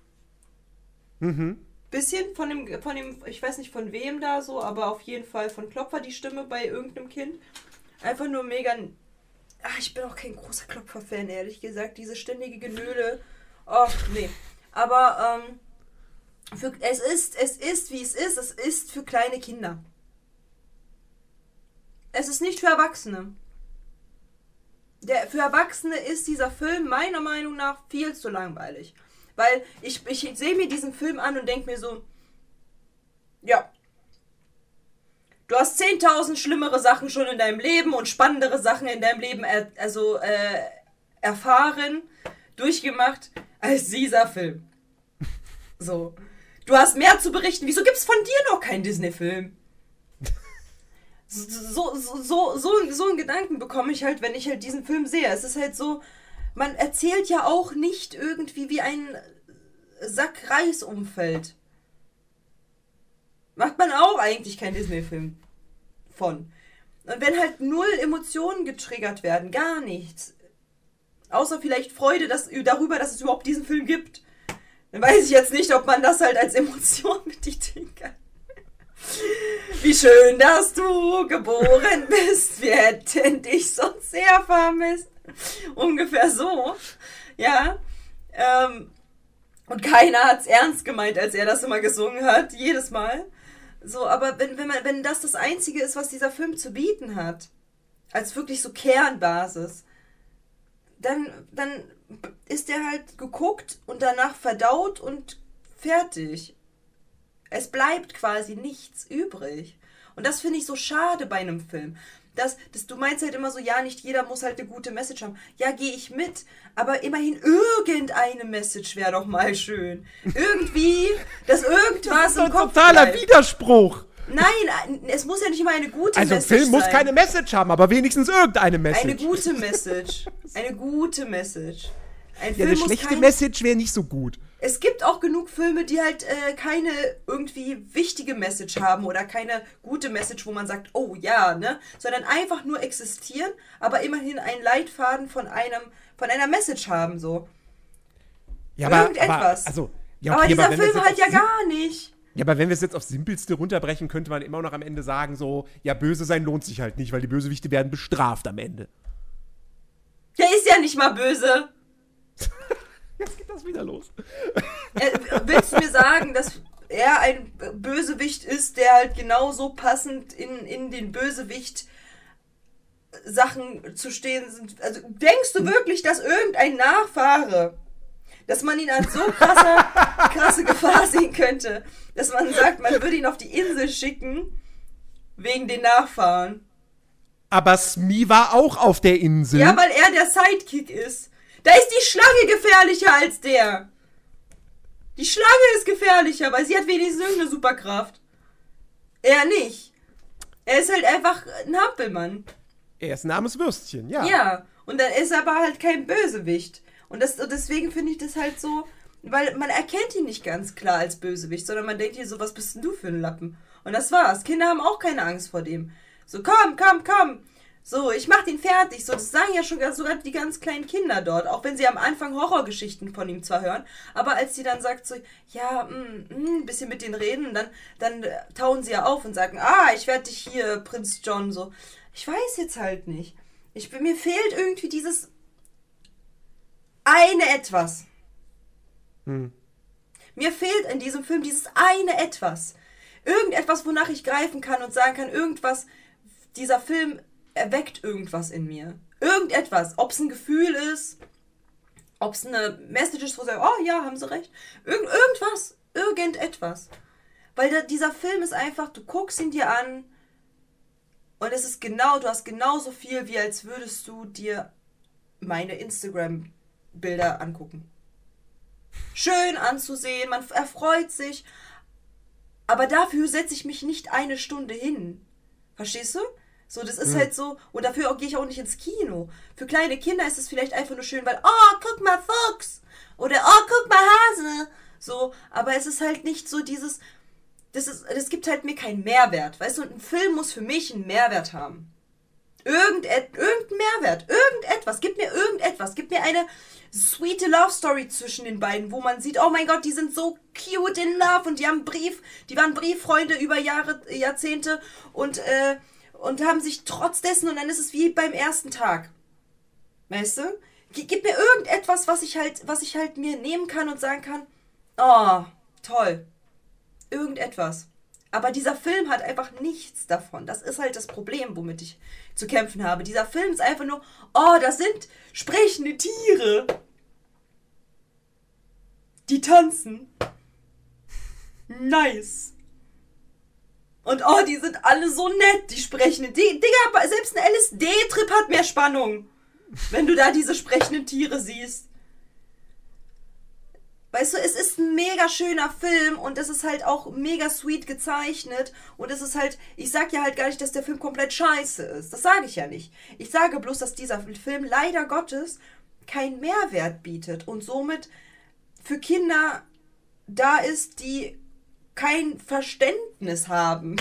Mhm. Bisschen von dem, von dem, ich weiß nicht von wem da so, aber auf jeden Fall von Klopfer die Stimme bei irgendeinem Kind. Einfach nur mega. Ach, ich bin auch kein großer Klopfer-Fan, ehrlich gesagt. Diese ständige Genöle. Oh, nee. Aber, ähm, für, es ist, es ist, wie es ist. Es ist für kleine Kinder. Es ist nicht für Erwachsene. Der, für Erwachsene ist dieser Film meiner Meinung nach viel zu langweilig. Weil ich, ich sehe mir diesen Film an und denke mir so, ja, du hast zehntausend schlimmere Sachen schon in deinem Leben und spannendere Sachen in deinem Leben er, also äh, erfahren. durchgemacht als dieser Film. So. Du hast mehr zu berichten. Wieso gibt's von dir noch keinen Disney-Film? So, so, so, so, so einen Gedanken bekomme ich halt, wenn ich halt diesen Film sehe. Es ist halt so, man erzählt ja auch nicht irgendwie, wie ein Sack Reis umfällt. Macht man auch eigentlich keinen Disney-Film von. Und wenn halt null Emotionen getriggert werden, gar nichts. Außer vielleicht Freude dass, darüber, dass es überhaupt diesen Film gibt. Dann weiß ich jetzt nicht, ob man das halt als Emotion betiteln kann. Wie schön, dass du geboren bist. Wir hätten dich sonst sehr vermisst. Ungefähr so. Ja. Ähm, und keiner hat's ernst gemeint, als er das immer gesungen hat. Jedes Mal. So, aber wenn, wenn, man, wenn das das Einzige ist, was dieser Film zu bieten hat, als wirklich so Kernbasis, dann, dann ist der halt geguckt und danach verdaut und fertig. Es bleibt quasi nichts übrig. Und das finde ich so schade bei einem Film. Das, das, du meinst halt immer so, ja, nicht jeder muss halt eine gute Message haben. Ja, gehe ich mit. Aber immerhin irgendeine Message wäre doch mal schön. Irgendwie, dass irgendwas das ist im Kopf ein totaler bleibt. Widerspruch. Nein, es muss ja nicht immer eine gute Also ein Message Film muss sein. keine Message haben, aber wenigstens irgendeine Message. Eine gute Message. Eine gute Message. Ein Ja, Film eine muss schlechte kein... Message wäre nicht so gut. Es gibt auch genug Filme, die halt äh, keine irgendwie wichtige Message haben oder keine gute Message, wo man sagt, oh ja, ne? Sondern einfach nur existieren, aber immerhin einen Leitfaden von einem, von einer Message haben, so. Ja, aber, Irgendetwas. aber, also, ja, aber okay, dieser aber wenn wir Film es halt jetzt ja auf gar nicht. Ja, aber wenn wir es jetzt aufs Simpelste runterbrechen, könnte man immer noch am Ende sagen, so, ja, böse sein lohnt sich halt nicht, weil die Bösewichte werden bestraft am Ende. Der ist ja nicht mal böse. Jetzt geht das wieder los. Äh, willst du mir sagen, dass er ein Bösewicht ist, der halt genauso passend in, in den Bösewicht-Sachen zu stehen sind? Also denkst du wirklich, dass irgendein Nachfahre, dass man ihn als so krasser, krasse Gefahr sehen könnte, dass man sagt, man würde ihn auf die Insel schicken, wegen den Nachfahren? Aber Smee war auch auf der Insel. Ja, weil er der Sidekick ist. Da ist die Schlange gefährlicher als der. Die Schlange ist gefährlicher, weil sie hat wenigstens irgendeine Superkraft. Er nicht. Er ist halt einfach ein Hampelmann. Er ist ein armes Würstchen, ja. Ja, und dann ist er aber halt kein Bösewicht. Und, das, und deswegen finde ich das halt so, weil man erkennt ihn nicht ganz klar als Bösewicht, sondern man denkt hier so, was bist denn du für ein Lappen? Und das war's. Kinder haben auch keine Angst vor dem. So, komm, komm, komm. So, ich mach den fertig. So, das sagen ja schon sogar die ganz kleinen Kinder dort. Auch wenn sie am Anfang Horrorgeschichten von ihm zwar hören. Aber als sie dann sagt so, ja, mm, mm, ein bisschen mit denen reden, dann, dann tauen sie ja auf und sagen, ah, ich werde dich hier, Prinz John, so. Ich weiß jetzt halt nicht. Ich, mir fehlt irgendwie dieses eine Etwas. Hm. Mir fehlt in diesem Film dieses eine Etwas. Irgendetwas, wonach ich greifen kann und sagen kann, irgendwas, dieser Film erweckt irgendwas in mir. Irgendetwas. Ob es ein Gefühl ist, ob es eine Message ist, wo sie sagen, oh ja, haben sie recht. Irgend, irgendwas. Irgendetwas. Weil da, dieser Film ist einfach, du guckst ihn dir an und es ist genau, du hast genauso viel, wie als würdest du dir meine Instagram-Bilder angucken. Schön anzusehen, man erfreut sich, aber dafür setze ich mich nicht eine Stunde hin. Verstehst du? So, das ist mhm. halt so, und dafür gehe ich auch nicht ins Kino. Für kleine Kinder ist es vielleicht einfach nur schön, weil, oh, guck mal Fuchs! Oder, oh, guck mal Hase! So, aber es ist halt nicht so dieses, das ist, das gibt halt mir keinen Mehrwert, weißt du? Und ein Film muss für mich einen Mehrwert haben. Irgendet, irgendein Mehrwert, irgendetwas, gib mir irgendetwas, gib mir eine sweete Love Story zwischen den beiden, wo man sieht, oh mein Gott, die sind so cute in Love und die haben einen Brief, die waren Brieffreunde über Jahre, Jahrzehnte und, äh, und haben sich trotz dessen, und dann ist es wie beim ersten Tag. Weißt du? Gib mir irgendetwas, was ich halt, was ich halt mir nehmen kann und sagen kann, oh, toll. Irgendetwas. Aber dieser Film hat einfach nichts davon. Das ist halt das Problem, womit ich zu kämpfen habe. Dieser Film ist einfach nur, oh, das sind sprechende Tiere. Die tanzen. Nice. Und oh, die sind alle so nett, die sprechenden. Die, Digga, selbst ein L S D-Trip hat mehr Spannung. Wenn du da diese sprechenden Tiere siehst. Weißt du, es ist ein mega schöner Film und es ist halt auch mega sweet gezeichnet und es ist halt, ich sag ja halt gar nicht, dass der Film komplett scheiße ist. Das sage ich ja nicht. Ich sage bloß, dass dieser Film leider Gottes keinen Mehrwert bietet und somit für Kinder da ist, die kein Verständnis haben.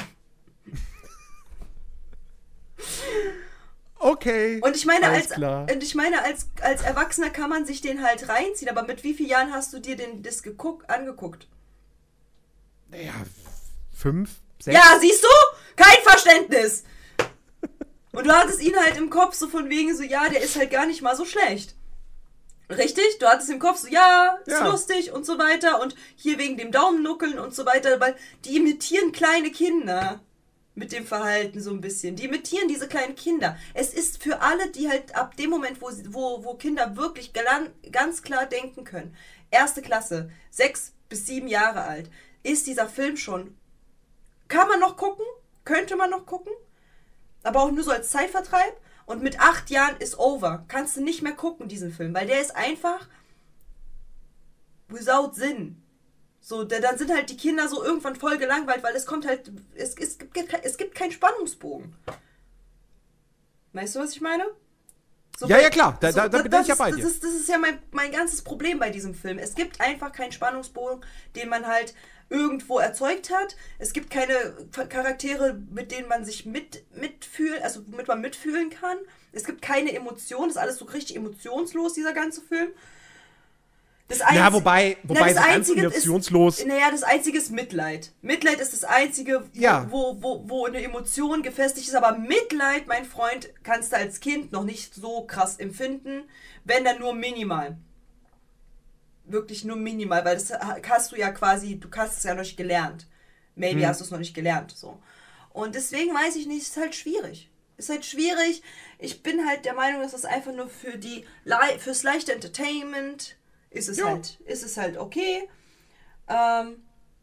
Okay. Und ich meine, alles als, klar. und ich meine als, als Erwachsener kann man sich den halt reinziehen, aber mit wie vielen Jahren hast du dir den, das geguckt, angeguckt? Naja, fünf, sechs. Ja, siehst du? Kein Verständnis! Und du hattest ihn halt im Kopf so von wegen so, ja, der ist halt gar nicht mal so schlecht. Richtig? Du hattest im Kopf so, ja, ist Ja. lustig und so weiter und hier wegen dem Daumennuckeln und so weiter, weil die imitieren kleine Kinder mit dem Verhalten so ein bisschen. Die imitieren diese kleinen Kinder. Es ist für alle, die halt ab dem Moment, wo, wo, wo Kinder wirklich galan, ganz klar denken können, erste Klasse, sechs bis sieben Jahre alt, ist dieser Film schon, kann man noch gucken, könnte man noch gucken, aber auch nur so als Zeitvertreib. Und mit acht Jahren ist over. Kannst du nicht mehr gucken, diesen Film. Weil der ist einfach without Sinn. So, da, dann sind halt die Kinder so irgendwann voll gelangweilt, weil es kommt halt, es, es, gibt, es gibt keinen Spannungsbogen. Weißt du, was ich meine? So, Ja, weil- ja, klar. Da, so, da, da bin das ich ja ist- bei das dir. Ist, das ist ja mein, mein ganzes Problem bei diesem Film. Es gibt einfach keinen Spannungsbogen, den man halt irgendwo erzeugt hat. Es gibt keine Charaktere, mit denen man sich mit, mitfühlt, also mit man mitfühlen kann. Es gibt keine Emotionen. Das ist alles so richtig emotionslos, dieser ganze Film. Das Ja, Einzige- wobei, Na, wobei das so ganz Einzige emotionslos. Ist, naja, das Einzige ist Mitleid. Mitleid ist das Einzige, wo, Ja. wo, wo, wo eine Emotion gefestigt ist. Aber Mitleid, mein Freund, kannst du als Kind noch nicht so krass empfinden, wenn dann nur minimal. Wirklich nur minimal, weil das hast du ja quasi, du hast es ja noch nicht gelernt. Maybe Hm. hast du es noch nicht gelernt. So. Und deswegen weiß ich nicht, es ist halt schwierig. Ist halt schwierig. Ich bin halt der Meinung, dass das einfach nur für die Le- fürs leichte Entertainment ist es Ja. halt, ist es halt okay. Ähm,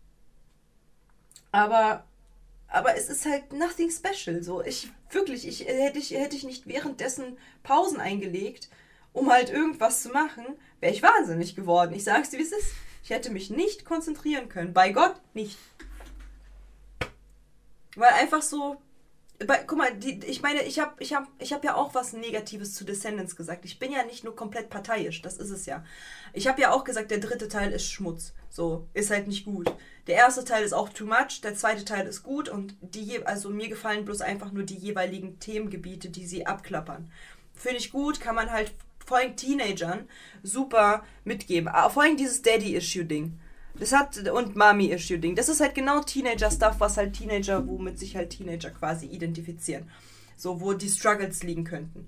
aber, aber es ist halt nothing special. So, ich wirklich, ich hätte ich hätte ich nicht währenddessen Pausen eingelegt, um halt irgendwas zu machen, wäre ich wahnsinnig geworden. Ich sag's dir, wie es ist. Ich hätte mich nicht konzentrieren können. Bei Gott nicht. Weil einfach so. Bei, guck mal, die, ich meine, ich habe ich hab, ich hab ja auch was Negatives zu Descendants gesagt. Ich bin ja nicht nur komplett parteiisch, das ist es ja. Ich habe ja auch gesagt, der dritte Teil ist Schmutz. So, ist halt nicht gut. Der erste Teil ist auch too much, der zweite Teil ist gut und die, also mir gefallen bloß einfach nur die jeweiligen Themengebiete, die sie abklappern. Finde ich gut, kann man halt vor allem Teenagern super mitgeben. Aber vor allem dieses Daddy-Issue-Ding. Das hat, und Mommy-Issue-Ding. Das ist halt genau Teenager-Stuff, was halt Teenager, womit sich halt Teenager quasi identifizieren. So, wo die Struggles liegen könnten.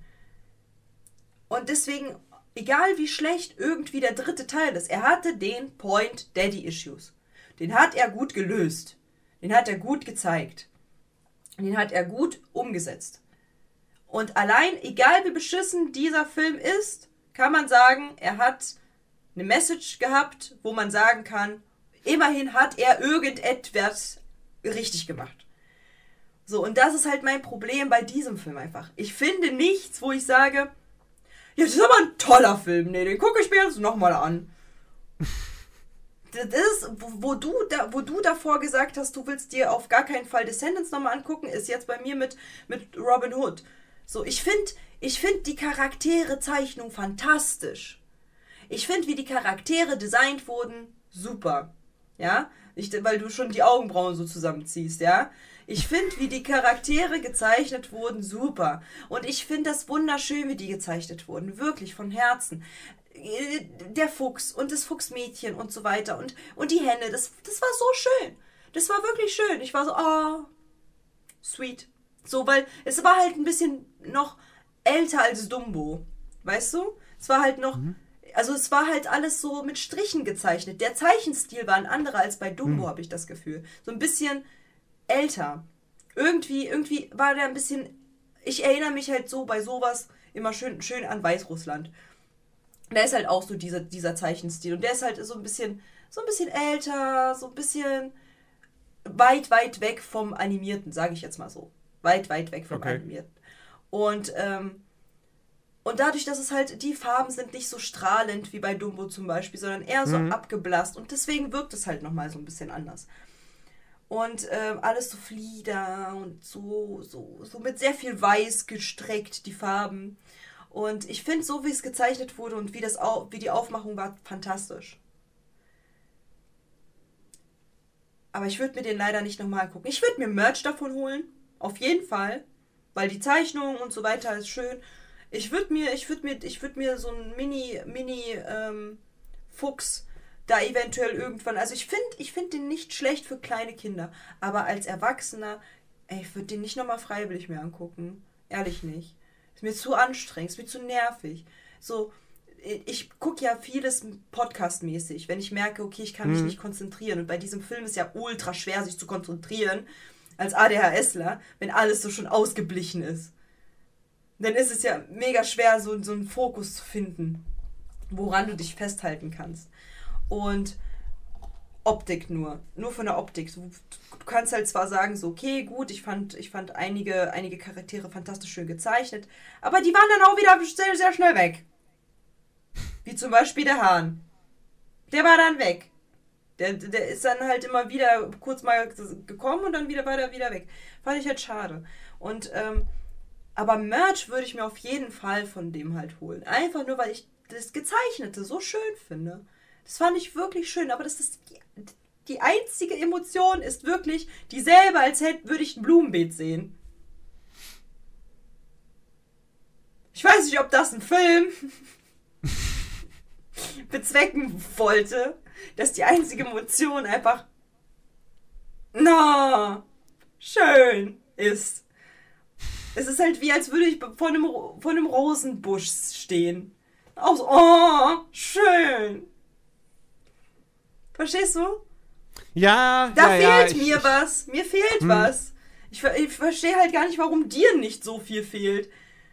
Und deswegen, egal wie schlecht irgendwie der dritte Teil ist, er hatte den Point Daddy-Issues. Den hat er gut gelöst. Den hat er gut gezeigt. Den hat er gut umgesetzt. Und allein, egal wie beschissen dieser Film ist, kann man sagen, er hat eine Message gehabt, wo man sagen kann, immerhin hat er irgendetwas richtig gemacht. So, und das ist halt mein Problem bei diesem Film einfach. Ich finde nichts, wo ich sage, ja, das ist aber ein toller Film, nee, den gucke ich mir jetzt nochmal an. Das ist, wo, wo, du da, wo du davor gesagt hast, du willst dir auf gar keinen Fall Descendants nochmal angucken, ist jetzt bei mir mit, mit Robin Hood. So, ich finde ich find die Charaktere-Zeichnung fantastisch. Ich finde, wie die Charaktere designt wurden, super. Ja? Ich, weil du schon die Augenbrauen so zusammenziehst, ja? Ich finde, wie die Charaktere gezeichnet wurden, super. Und ich finde das wunderschön, wie die gezeichnet wurden. Wirklich, von Herzen. Der Fuchs und das Fuchsmädchen und so weiter. Und, und die Henne, das, das war so schön. Das war wirklich schön. Ich war so, oh, sweet. So, weil es war halt ein bisschen noch älter als Dumbo. Weißt du? Es war halt noch... Mhm. Also es war halt alles so mit Strichen gezeichnet. Der Zeichenstil war ein anderer als bei Dumbo, hm. habe ich das Gefühl. So ein bisschen älter. Irgendwie, irgendwie war der ein bisschen... Ich erinnere mich halt so bei sowas immer schön, schön an Weißrussland. Da ist halt auch so dieser, dieser Zeichenstil. Und der ist halt so ein bisschen, so ein bisschen älter, so ein bisschen weit, weit weg vom Animierten, sage ich jetzt mal so. Weit, weit weg vom okay. Animierten. Und ähm, Und dadurch, dass es halt, die Farben sind nicht so strahlend wie bei Dumbo zum Beispiel, sondern eher so mhm. abgeblasst. Und deswegen wirkt es halt nochmal so ein bisschen anders. Und äh, alles so Flieder und so, so, so mit sehr viel Weiß gestreckt, die Farben. Und ich finde, so wie es gezeichnet wurde und wie, das au- wie die Aufmachung war, fantastisch. Aber ich würde mir den leider nicht nochmal angucken. Ich würde mir Merch davon holen, auf jeden Fall, weil die Zeichnung und so weiter ist schön. Ich würde mir, ich würde mir, ich würde mir so einen Mini, Mini ähm, Fuchs da eventuell irgendwann. Also ich finde, ich finde den nicht schlecht für kleine Kinder, aber als Erwachsener, ey, ich würde den nicht nochmal freiwillig mehr angucken. Ehrlich nicht. Ist mir zu anstrengend, ist mir zu nervig. So, ich gucke ja vieles podcastmäßig, wenn ich merke, okay, ich kann mich mhm. nicht konzentrieren. Und bei diesem Film ist ja ultra schwer, sich zu konzentrieren als ADHSler, wenn alles so schon ausgeblichen ist. Dann ist es ja mega schwer, so, so einen Fokus zu finden, woran du dich festhalten kannst. Und Optik nur. Nur von der Optik. Du, du kannst halt zwar sagen, so, okay, gut, ich fand, ich fand einige, einige Charaktere fantastisch schön gezeichnet, aber die waren dann auch wieder sehr, sehr schnell weg. Wie zum Beispiel der Hahn. Der war dann weg. Der, der ist dann halt immer wieder kurz mal gekommen und dann wieder war der wieder weg. Fand ich halt schade. Und, ähm, aber Merch würde ich mir auf jeden Fall von dem halt holen. Einfach nur, weil ich das Gezeichnete so schön finde. Das fand ich wirklich schön, aber das ist die, die einzige Emotion ist wirklich dieselbe, als hätte, würde ich ein Blumenbeet sehen. Ich weiß nicht, ob das ein Film bezwecken wollte, dass die einzige Emotion einfach na, schön ist. Es ist halt wie, als würde ich vor einem, vor einem Rosenbusch stehen. Auch so, oh, schön. Verstehst du? Ja, da ja, fehlt ja, mir ich, was. Mir fehlt hm. was. Ich, ich verstehe halt gar nicht, warum dir nicht so viel fehlt.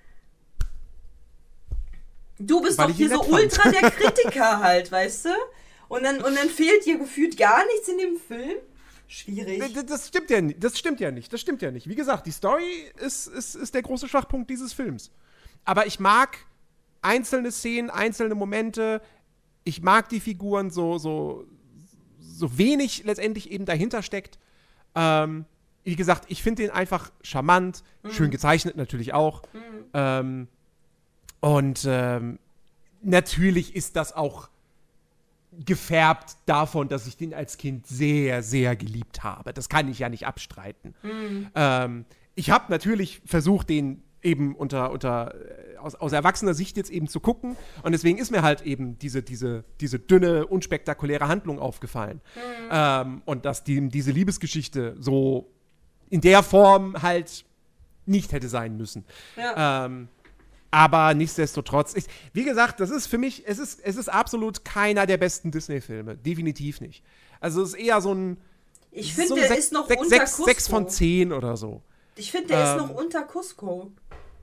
Du bist Weil doch hier so ultra der Kritiker halt, weißt du? Und dann, und dann fehlt dir gefühlt gar nichts in dem Film? Schwierig. Das, das stimmt ja nicht. Das stimmt ja nicht. Das stimmt ja nicht. Wie gesagt, die Story ist, ist, ist der große Schwachpunkt dieses Films. Aber ich mag einzelne Szenen, einzelne Momente. Ich mag die Figuren so, so, so wenig letztendlich eben dahinter steckt. Ähm, wie gesagt, ich finde den einfach charmant, mhm. schön gezeichnet natürlich auch. Mhm. Ähm, und ähm, natürlich ist das auch gefärbt davon, dass ich den als Kind sehr, sehr geliebt habe. Das kann ich ja nicht abstreiten. Mhm. Ähm, ich habe natürlich versucht, den eben unter, unter aus, aus erwachsener Sicht jetzt eben zu gucken. Und deswegen ist mir halt eben diese, diese, diese dünne, unspektakuläre Handlung aufgefallen. Mhm. Ähm, und dass die, diese Liebesgeschichte so in der Form halt nicht hätte sein müssen. Ja. Ähm, aber nichtsdestotrotz, ich, wie gesagt, das ist für mich, es ist, es ist absolut keiner der besten Disney-Filme. Definitiv nicht. Also es ist eher so ein Ich finde, so der sech, ist noch sech, unter sechs, Cusco. sechs von zehn oder so. Ich finde, der ähm, ist noch unter Cusco.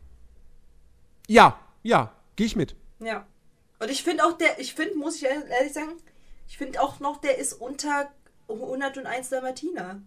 Ja, ja, gehe ich mit. Ja. Und ich finde auch, der, ich finde, muss ich ehrlich sagen, ich finde auch noch, der ist unter hunderteins Dalmatiner.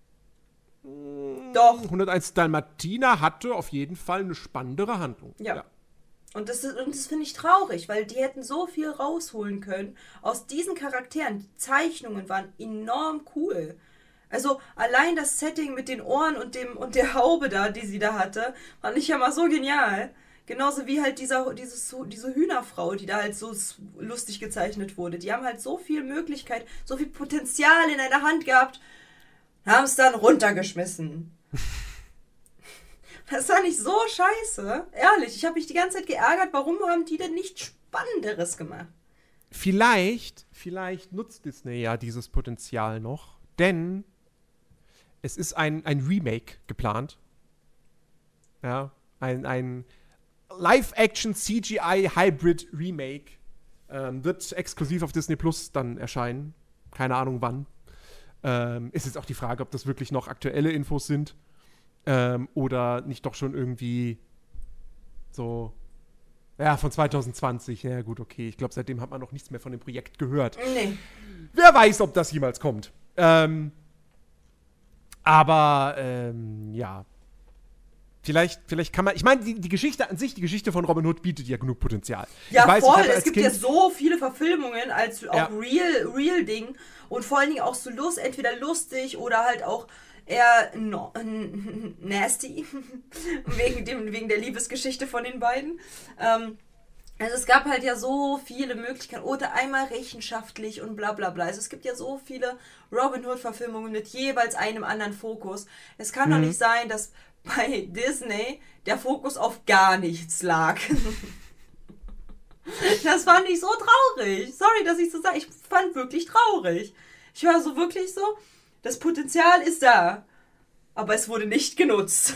Doch. hunderteins Dalmatiner hatte auf jeden Fall eine spannendere Handlung. Ja. ja. Und das, ist, und das finde ich traurig, weil die hätten so viel rausholen können aus diesen Charakteren. Die Zeichnungen waren enorm cool. Also allein das Setting mit den Ohren und dem und der Haube da, die sie da hatte, fand ich ja mal so genial. Genauso wie halt dieser, dieses, diese Hühnerfrau, die da halt so lustig gezeichnet wurde. Die haben halt so viel Möglichkeit, so viel Potenzial in einer Hand gehabt, haben es dann runtergeschmissen. Das war nicht so scheiße. Ehrlich, ich habe mich die ganze Zeit geärgert, warum haben die denn nichts Spannenderes gemacht? Vielleicht, vielleicht nutzt Disney ja dieses Potenzial noch, denn es ist ein, ein Remake geplant. Ja, ein, ein Live-Action-C G I-Hybrid-Remake ähm, wird exklusiv auf Disney Plus dann erscheinen. Keine Ahnung wann. Ähm, ist jetzt auch die Frage, ob das wirklich noch aktuelle Infos sind. Ähm, oder nicht doch schon irgendwie so, ja, von zwanzig zwanzig. Ja, gut, okay. Ich glaube, seitdem hat man noch nichts mehr von dem Projekt gehört. Nee. Wer weiß, ob das jemals kommt. Ähm, aber, ähm, ja. Vielleicht, vielleicht kann man, ich meine, die, die Geschichte an sich, die Geschichte von Robin Hood bietet ja genug Potenzial. Ja, ich weiß, voll, ich es gibt kind, ja so viele Verfilmungen als auch ja. real, real Ding und vor allen Dingen auch so lust, entweder lustig oder halt auch eher no, nasty, wegen, dem, wegen der Liebesgeschichte von den beiden. Ähm, also es gab halt ja so viele Möglichkeiten, oder einmal rechenschaftlich und bla bla bla. Also es gibt ja so viele Robin Hood-Verfilmungen mit jeweils einem anderen Fokus. Es kann doch mhm. nicht sein, dass bei Disney der Fokus auf gar nichts lag. Das fand ich so traurig. Sorry, dass ich so sage. Ich fand wirklich traurig. Ich war so wirklich so, das Potenzial ist da, aber es wurde nicht genutzt.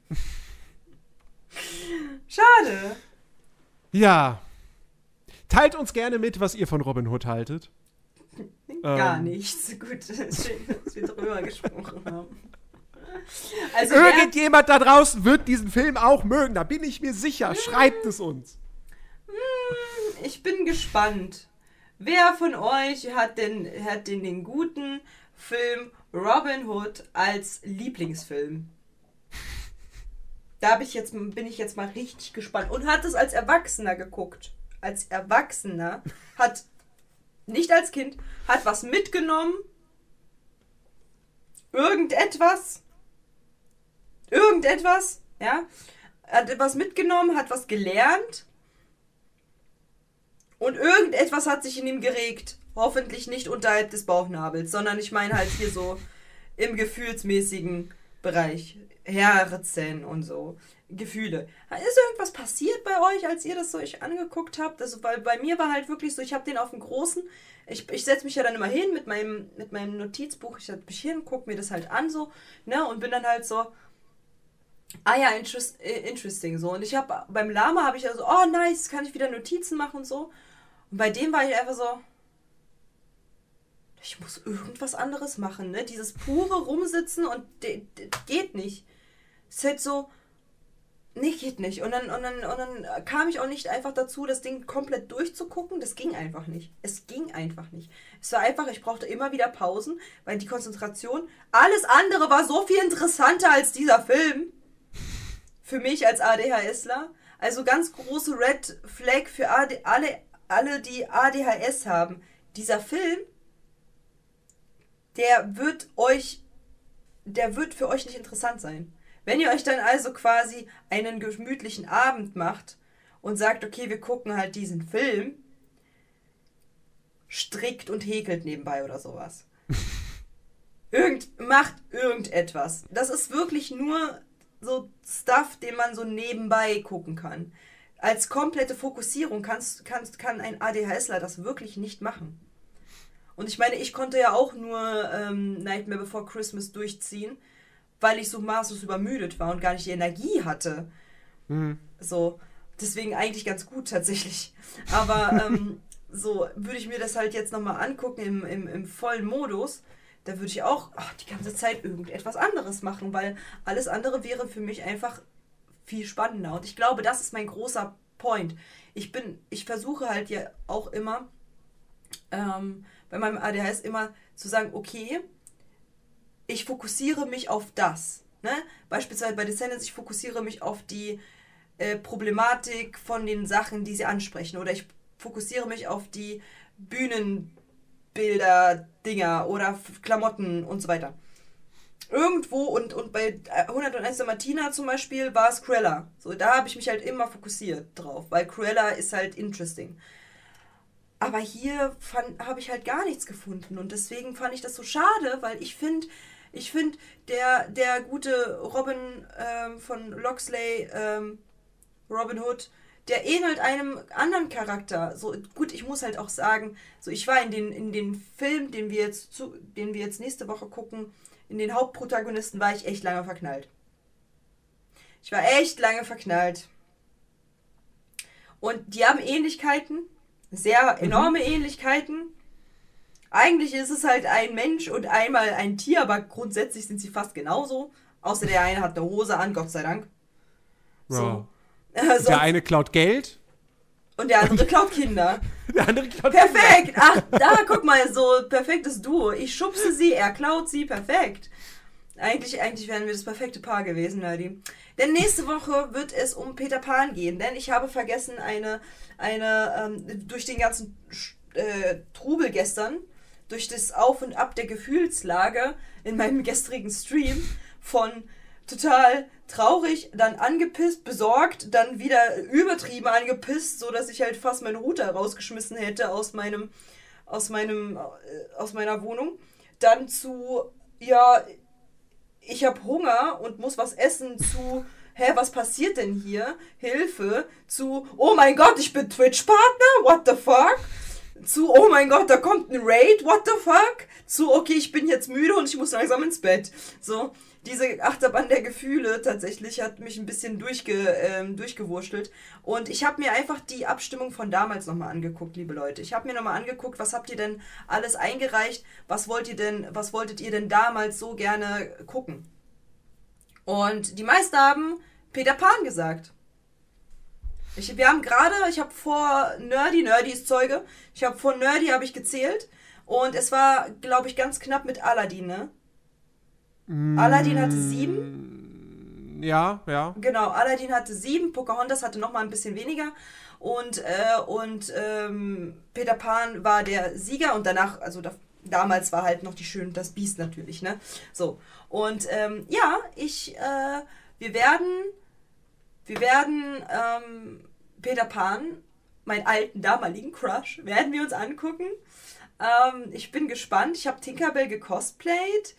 Schade. Ja. Teilt uns gerne mit, was ihr von Robin Hood haltet. Gar ähm. nichts. Gut, schön, dass wir drüber gesprochen haben. Also Irgendjemand da draußen wird diesen Film auch mögen, da bin ich mir sicher. Schreibt es uns. Ich bin gespannt. Wer von euch hat denn, hat denn den guten Film Robin Hood als Lieblingsfilm? Da hab ich jetzt, bin ich jetzt mal richtig gespannt. Und hat es als Erwachsener geguckt. Als Erwachsener. Hat, nicht als Kind, hat was mitgenommen. Irgendetwas. Irgendetwas, ja, hat etwas mitgenommen, hat was gelernt und irgendetwas hat sich in ihm geregt. Hoffentlich nicht unterhalb des Bauchnabels, sondern ich meine halt hier so im gefühlsmäßigen Bereich. Herzen und so. Gefühle. Ist irgendwas passiert bei euch, als ihr das so euch angeguckt habt? Also, weil bei mir war halt wirklich so, ich habe den auf dem großen, ich, ich setze mich ja dann immer hin mit meinem, mit meinem Notizbuch, ich setze mich hin, gucke mir das halt an so, ne, und bin dann halt so, ah ja, interest, interesting, so. Und ich habe, beim Lama habe ich also, oh nice, kann ich wieder Notizen machen und so. Und bei dem war ich einfach so, ich muss irgendwas anderes machen, ne? Dieses pure Rumsitzen und de, de, geht nicht. Es ist halt so, nee, geht nicht. Und dann, und, dann, und dann kam ich auch nicht einfach dazu, das Ding komplett durchzugucken. Das ging einfach nicht. Es ging einfach nicht. Es war einfach, ich brauchte immer wieder Pausen, weil die Konzentration, alles andere war so viel interessanter als dieser Film. Für mich als ADHSler. Also ganz große Red Flag für A D, alle, alle, die A D H S haben. Dieser Film, der wird euch, der wird für euch nicht interessant sein. Wenn ihr euch dann also quasi einen gemütlichen Abend macht und sagt, okay, wir gucken halt diesen Film, strickt und häkelt nebenbei oder sowas. Irgend, macht irgendetwas. Das ist wirklich nur so Stuff, den man so nebenbei gucken kann. Als komplette Fokussierung kannst, kannst, kann ein ADHSler das wirklich nicht machen. Und ich meine, ich konnte ja auch nur ähm, Nightmare Before Christmas durchziehen, weil ich so maßlos übermüdet war und gar nicht die Energie hatte. Mhm. So, deswegen eigentlich ganz gut tatsächlich. Aber ähm, so würde ich mir das halt jetzt nochmal angucken im, im, im vollen Modus, da würde ich auch ach, die ganze Zeit irgendetwas anderes machen, weil alles andere wäre für mich einfach viel spannender. Und ich glaube, das ist mein großer Point. Ich bin, ich versuche halt ja auch immer, ähm, bei meinem A D H S immer zu sagen, okay, ich fokussiere mich auf das. Ne? Beispielsweise bei Descendants, ich fokussiere mich auf die äh, Problematik von den Sachen, die sie ansprechen. Oder ich fokussiere mich auf die Bühnenbilder, Dinger oder Klamotten und so weiter. Irgendwo, und, und bei hunderteins Dalmatiner zum Beispiel war es Cruella. So, da habe ich mich halt immer fokussiert drauf, weil Cruella ist halt interesting. Aber hier habe ich halt gar nichts gefunden und deswegen fand ich das so schade, weil ich finde, ich finde, der, der gute Robin ähm, von Loxley, ähm, Robin Hood, der ähnelt einem anderen Charakter. So, gut, ich muss halt auch sagen, so ich war in den, in den Film, den wir jetzt zu, den wir jetzt nächste Woche gucken, in den Hauptprotagonisten war ich echt lange verknallt. Ich war echt lange verknallt. Und die haben Ähnlichkeiten, sehr enorme mhm. Ähnlichkeiten. Eigentlich ist es halt ein Mensch und einmal ein Tier, aber grundsätzlich sind sie fast genauso. Außer der eine hat eine Hose an, Gott sei Dank. So. Ja. Also, der eine klaut Geld. Und der andere klaut Kinder. Der andere klaut Perfekt! Kinder. Ach, da, guck mal, so perfektes Duo. Ich schubse sie, er klaut sie, perfekt. Eigentlich, eigentlich wären wir das perfekte Paar gewesen, Nerdy. Denn nächste Woche wird es um Peter Pan gehen, denn ich habe vergessen, eine, eine ähm, durch den ganzen äh, Trubel gestern, durch das Auf und Ab der Gefühlslage in meinem gestrigen Stream von total traurig, dann angepisst, besorgt, dann wieder übertrieben angepisst, so dass ich halt fast meinen Router rausgeschmissen hätte aus meinem, aus meinem, äh, aus meiner Wohnung, dann zu, ja, ich habe Hunger und muss was essen, zu, hä, was passiert denn hier? Hilfe, zu, oh mein Gott, ich bin Twitch-Partner, what the fuck? Zu, oh mein Gott, da kommt ein Raid, what the fuck? Zu, okay, ich bin jetzt müde und ich muss langsam ins Bett. So, diese Achterbahn der Gefühle tatsächlich hat mich ein bisschen durchge, ähm, durchgewurschtelt. Und ich habe mir einfach die Abstimmung von damals nochmal angeguckt, liebe Leute. Ich habe mir nochmal angeguckt, was habt ihr denn alles eingereicht? Was wollt ihr denn, was wolltet ihr denn damals so gerne gucken? Und die meisten haben Peter Pan gesagt. Ich, wir haben gerade, ich habe vor Nerdy, Nerdy ist Zeuge, ich habe vor Nerdy habe ich gezählt und es war, glaube ich, ganz knapp mit Aladdin, ne? Mm, Aladdin hatte sieben. Ja, ja. Genau, Aladdin hatte sieben, Pocahontas hatte nochmal ein bisschen weniger und, äh, und ähm, Peter Pan war der Sieger und danach, also da, damals war halt noch die Schön, das Biest natürlich, ne? So, und ähm, ja, ich, äh, wir werden... Wir werden ähm, Peter Pan, meinen alten damaligen Crush, werden wir uns angucken. Ähm, ich bin gespannt. Ich habe Tinkerbell gecosplayt.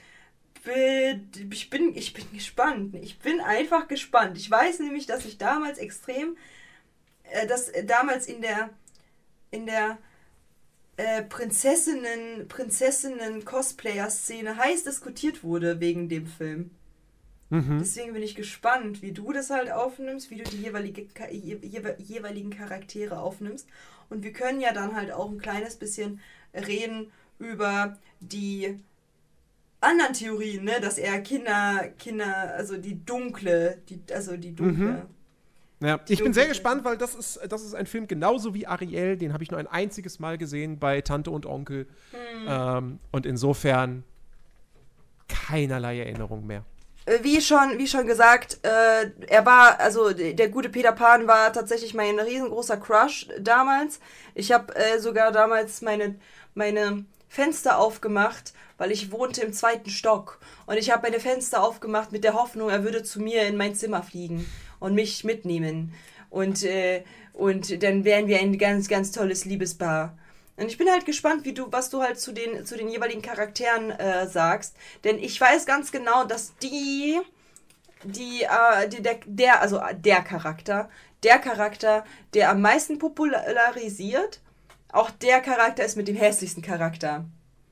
Ich bin, ich bin gespannt. Ich bin einfach gespannt. Ich weiß nämlich, dass ich damals extrem, äh, dass damals in der, in der äh, Prinzessinnen, Prinzessinnen-Cosplayer-Szene heiß diskutiert wurde wegen dem Film. Mhm. Deswegen bin ich gespannt, wie du das halt aufnimmst, wie du die jeweilige, je, jeweiligen Charaktere aufnimmst. Und wir können ja dann halt auch ein kleines bisschen reden über die anderen Theorien, ne, dass er Kinder, Kinder, also die dunkle, die, also die dunkle. Mhm. Ja, ich bin sehr gespannt, weil das ist, das ist ein Film genauso wie Ariel, den habe ich nur ein einziges Mal gesehen bei Tante und Onkel. Mhm. Ähm, und insofern keinerlei Erinnerung mehr. Wie schon, wie schon gesagt, äh, er war, also der gute Peter Pan war tatsächlich mein riesengroßer Crush damals. Ich habe äh, sogar damals meine, meine Fenster aufgemacht, weil ich wohnte im zweiten Stock. Und ich habe meine Fenster aufgemacht mit der Hoffnung, er würde zu mir in mein Zimmer fliegen und mich mitnehmen. Und, äh, und dann wären wir ein ganz, ganz tolles Liebespaar. Und ich bin halt gespannt, wie du, was du halt zu den, zu den jeweiligen Charakteren äh, sagst. Denn ich weiß ganz genau, dass die, die, äh, die der, der, also der Charakter, der Charakter, der am meisten popularisiert, auch der Charakter ist mit dem hässlichsten Charakter.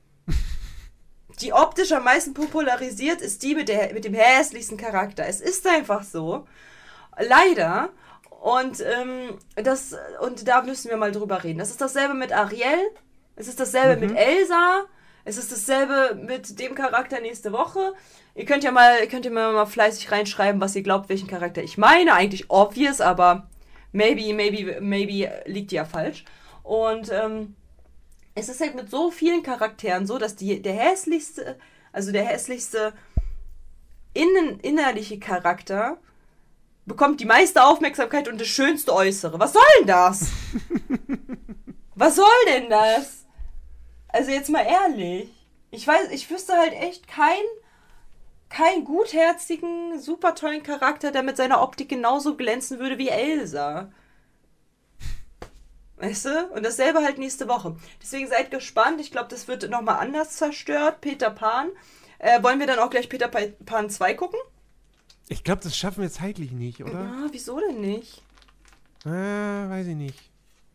Die optisch am meisten popularisiert ist die mit, der, mit dem hässlichsten Charakter. Es ist einfach so. Leider. Und, ähm, das, und da müssen wir mal drüber reden. Das ist dasselbe mit Ariel, es ist dasselbe mhm. mit Elsa, es ist dasselbe mit dem Charakter nächste Woche. Ihr könnt ja mal, könnt ihr mir mal fleißig reinschreiben, was ihr glaubt, welchen Charakter ich meine. Eigentlich obvious, aber maybe, maybe, maybe liegt ja falsch. Und ähm, es ist halt mit so vielen Charakteren so, dass die, der hässlichste, also der hässlichste innen, innerliche Charakter bekommt die meiste Aufmerksamkeit und das schönste Äußere. Was soll denn das? Was soll denn das? Also jetzt mal ehrlich. Ich weiß, ich wüsste halt echt keinen keinen gutherzigen, super tollen Charakter, der mit seiner Optik genauso glänzen würde wie Elsa. Weißt du? Und dasselbe halt nächste Woche. Deswegen seid gespannt. Ich glaube, das wird nochmal anders zerstört. Peter Pan. Äh, wollen wir dann auch gleich Peter Pan zwei gucken? Ich glaube, das schaffen wir zeitlich nicht, oder? Ja, wieso denn nicht? Äh, weiß ich nicht.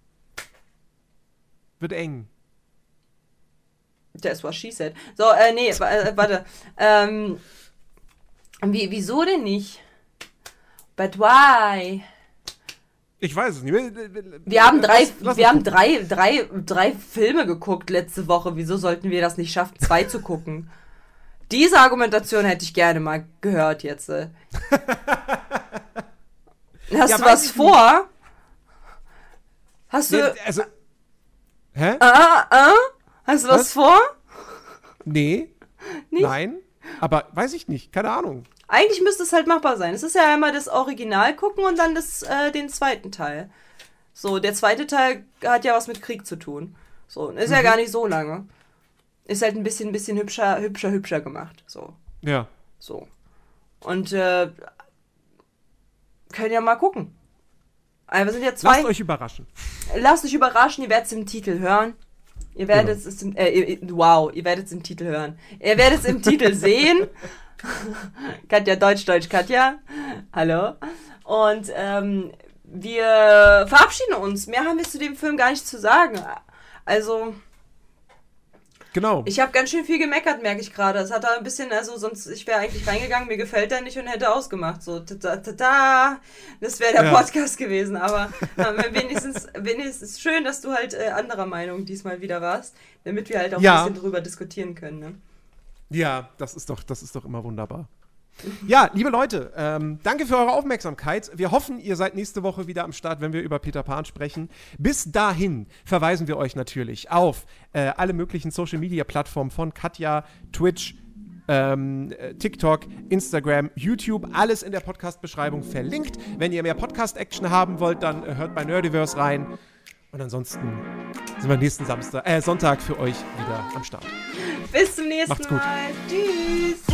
Wird eng. That's what she said. So, äh, nee, äh, warte. Ähm, wie, wieso denn nicht? But why? Ich weiß es nicht. Wir haben drei, lass, lass wir haben drei, drei, drei Filme geguckt letzte Woche. Wieso sollten wir das nicht schaffen, zwei zu gucken? Diese Argumentation hätte ich gerne mal gehört jetzt. Hast ja, du was vor? Nicht. Hast du... Nee, also... Hä? Ah, ah? Hast du was, was vor? Nee. Nicht? Nein. Aber weiß ich nicht, keine Ahnung. Eigentlich müsste es halt machbar sein. Es ist ja einmal das Original gucken und dann das, äh, den zweiten Teil. So, der zweite Teil hat ja was mit Krieg zu tun. So, ist mhm. ja gar nicht so lange. Ist halt ein bisschen, bisschen hübscher, hübscher, hübscher gemacht. So. Ja. So. Und, äh, können ja mal gucken. Also, wir sind ja zwei. Lasst euch überraschen. Lasst euch überraschen, ihr werdet es im Titel hören. Ihr werdet genau. es im, äh, ihr, wow, ihr werdet es im Titel hören. Ihr werdet es im Titel sehen. Katja, Deutsch, Deutsch, Katja. Hallo. Und, ähm, wir verabschieden uns. Mehr haben wir zu dem Film gar nicht zu sagen. Also, genau. Ich habe ganz schön viel gemeckert, merke ich gerade. Es hat da ein bisschen, also sonst, ich wäre eigentlich reingegangen, mir gefällt der nicht und hätte ausgemacht. So, ta ta ta, das wäre der ja. Podcast gewesen. Aber äh, wenigstens, wenigstens schön, dass du halt äh, anderer Meinung diesmal wieder warst, damit wir halt auch ja. ein bisschen drüber diskutieren können. Ne? Ja, das ist doch, das ist doch immer wunderbar. Ja, liebe Leute, ähm, danke für eure Aufmerksamkeit. Wir hoffen, ihr seid nächste Woche wieder am Start, wenn wir über Peter Pan sprechen. Bis dahin verweisen wir euch natürlich auf äh, alle möglichen Social-Media-Plattformen von Katja, Twitch, ähm, TikTok, Instagram, YouTube. Alles in der Podcast-Beschreibung verlinkt. Wenn ihr mehr Podcast-Action haben wollt, dann äh, hört bei Nerdiverse rein. Und ansonsten sind wir nächsten Samstag, äh, Sonntag für euch wieder am Start. Bis zum nächsten Macht's gut. Mal. Tschüss.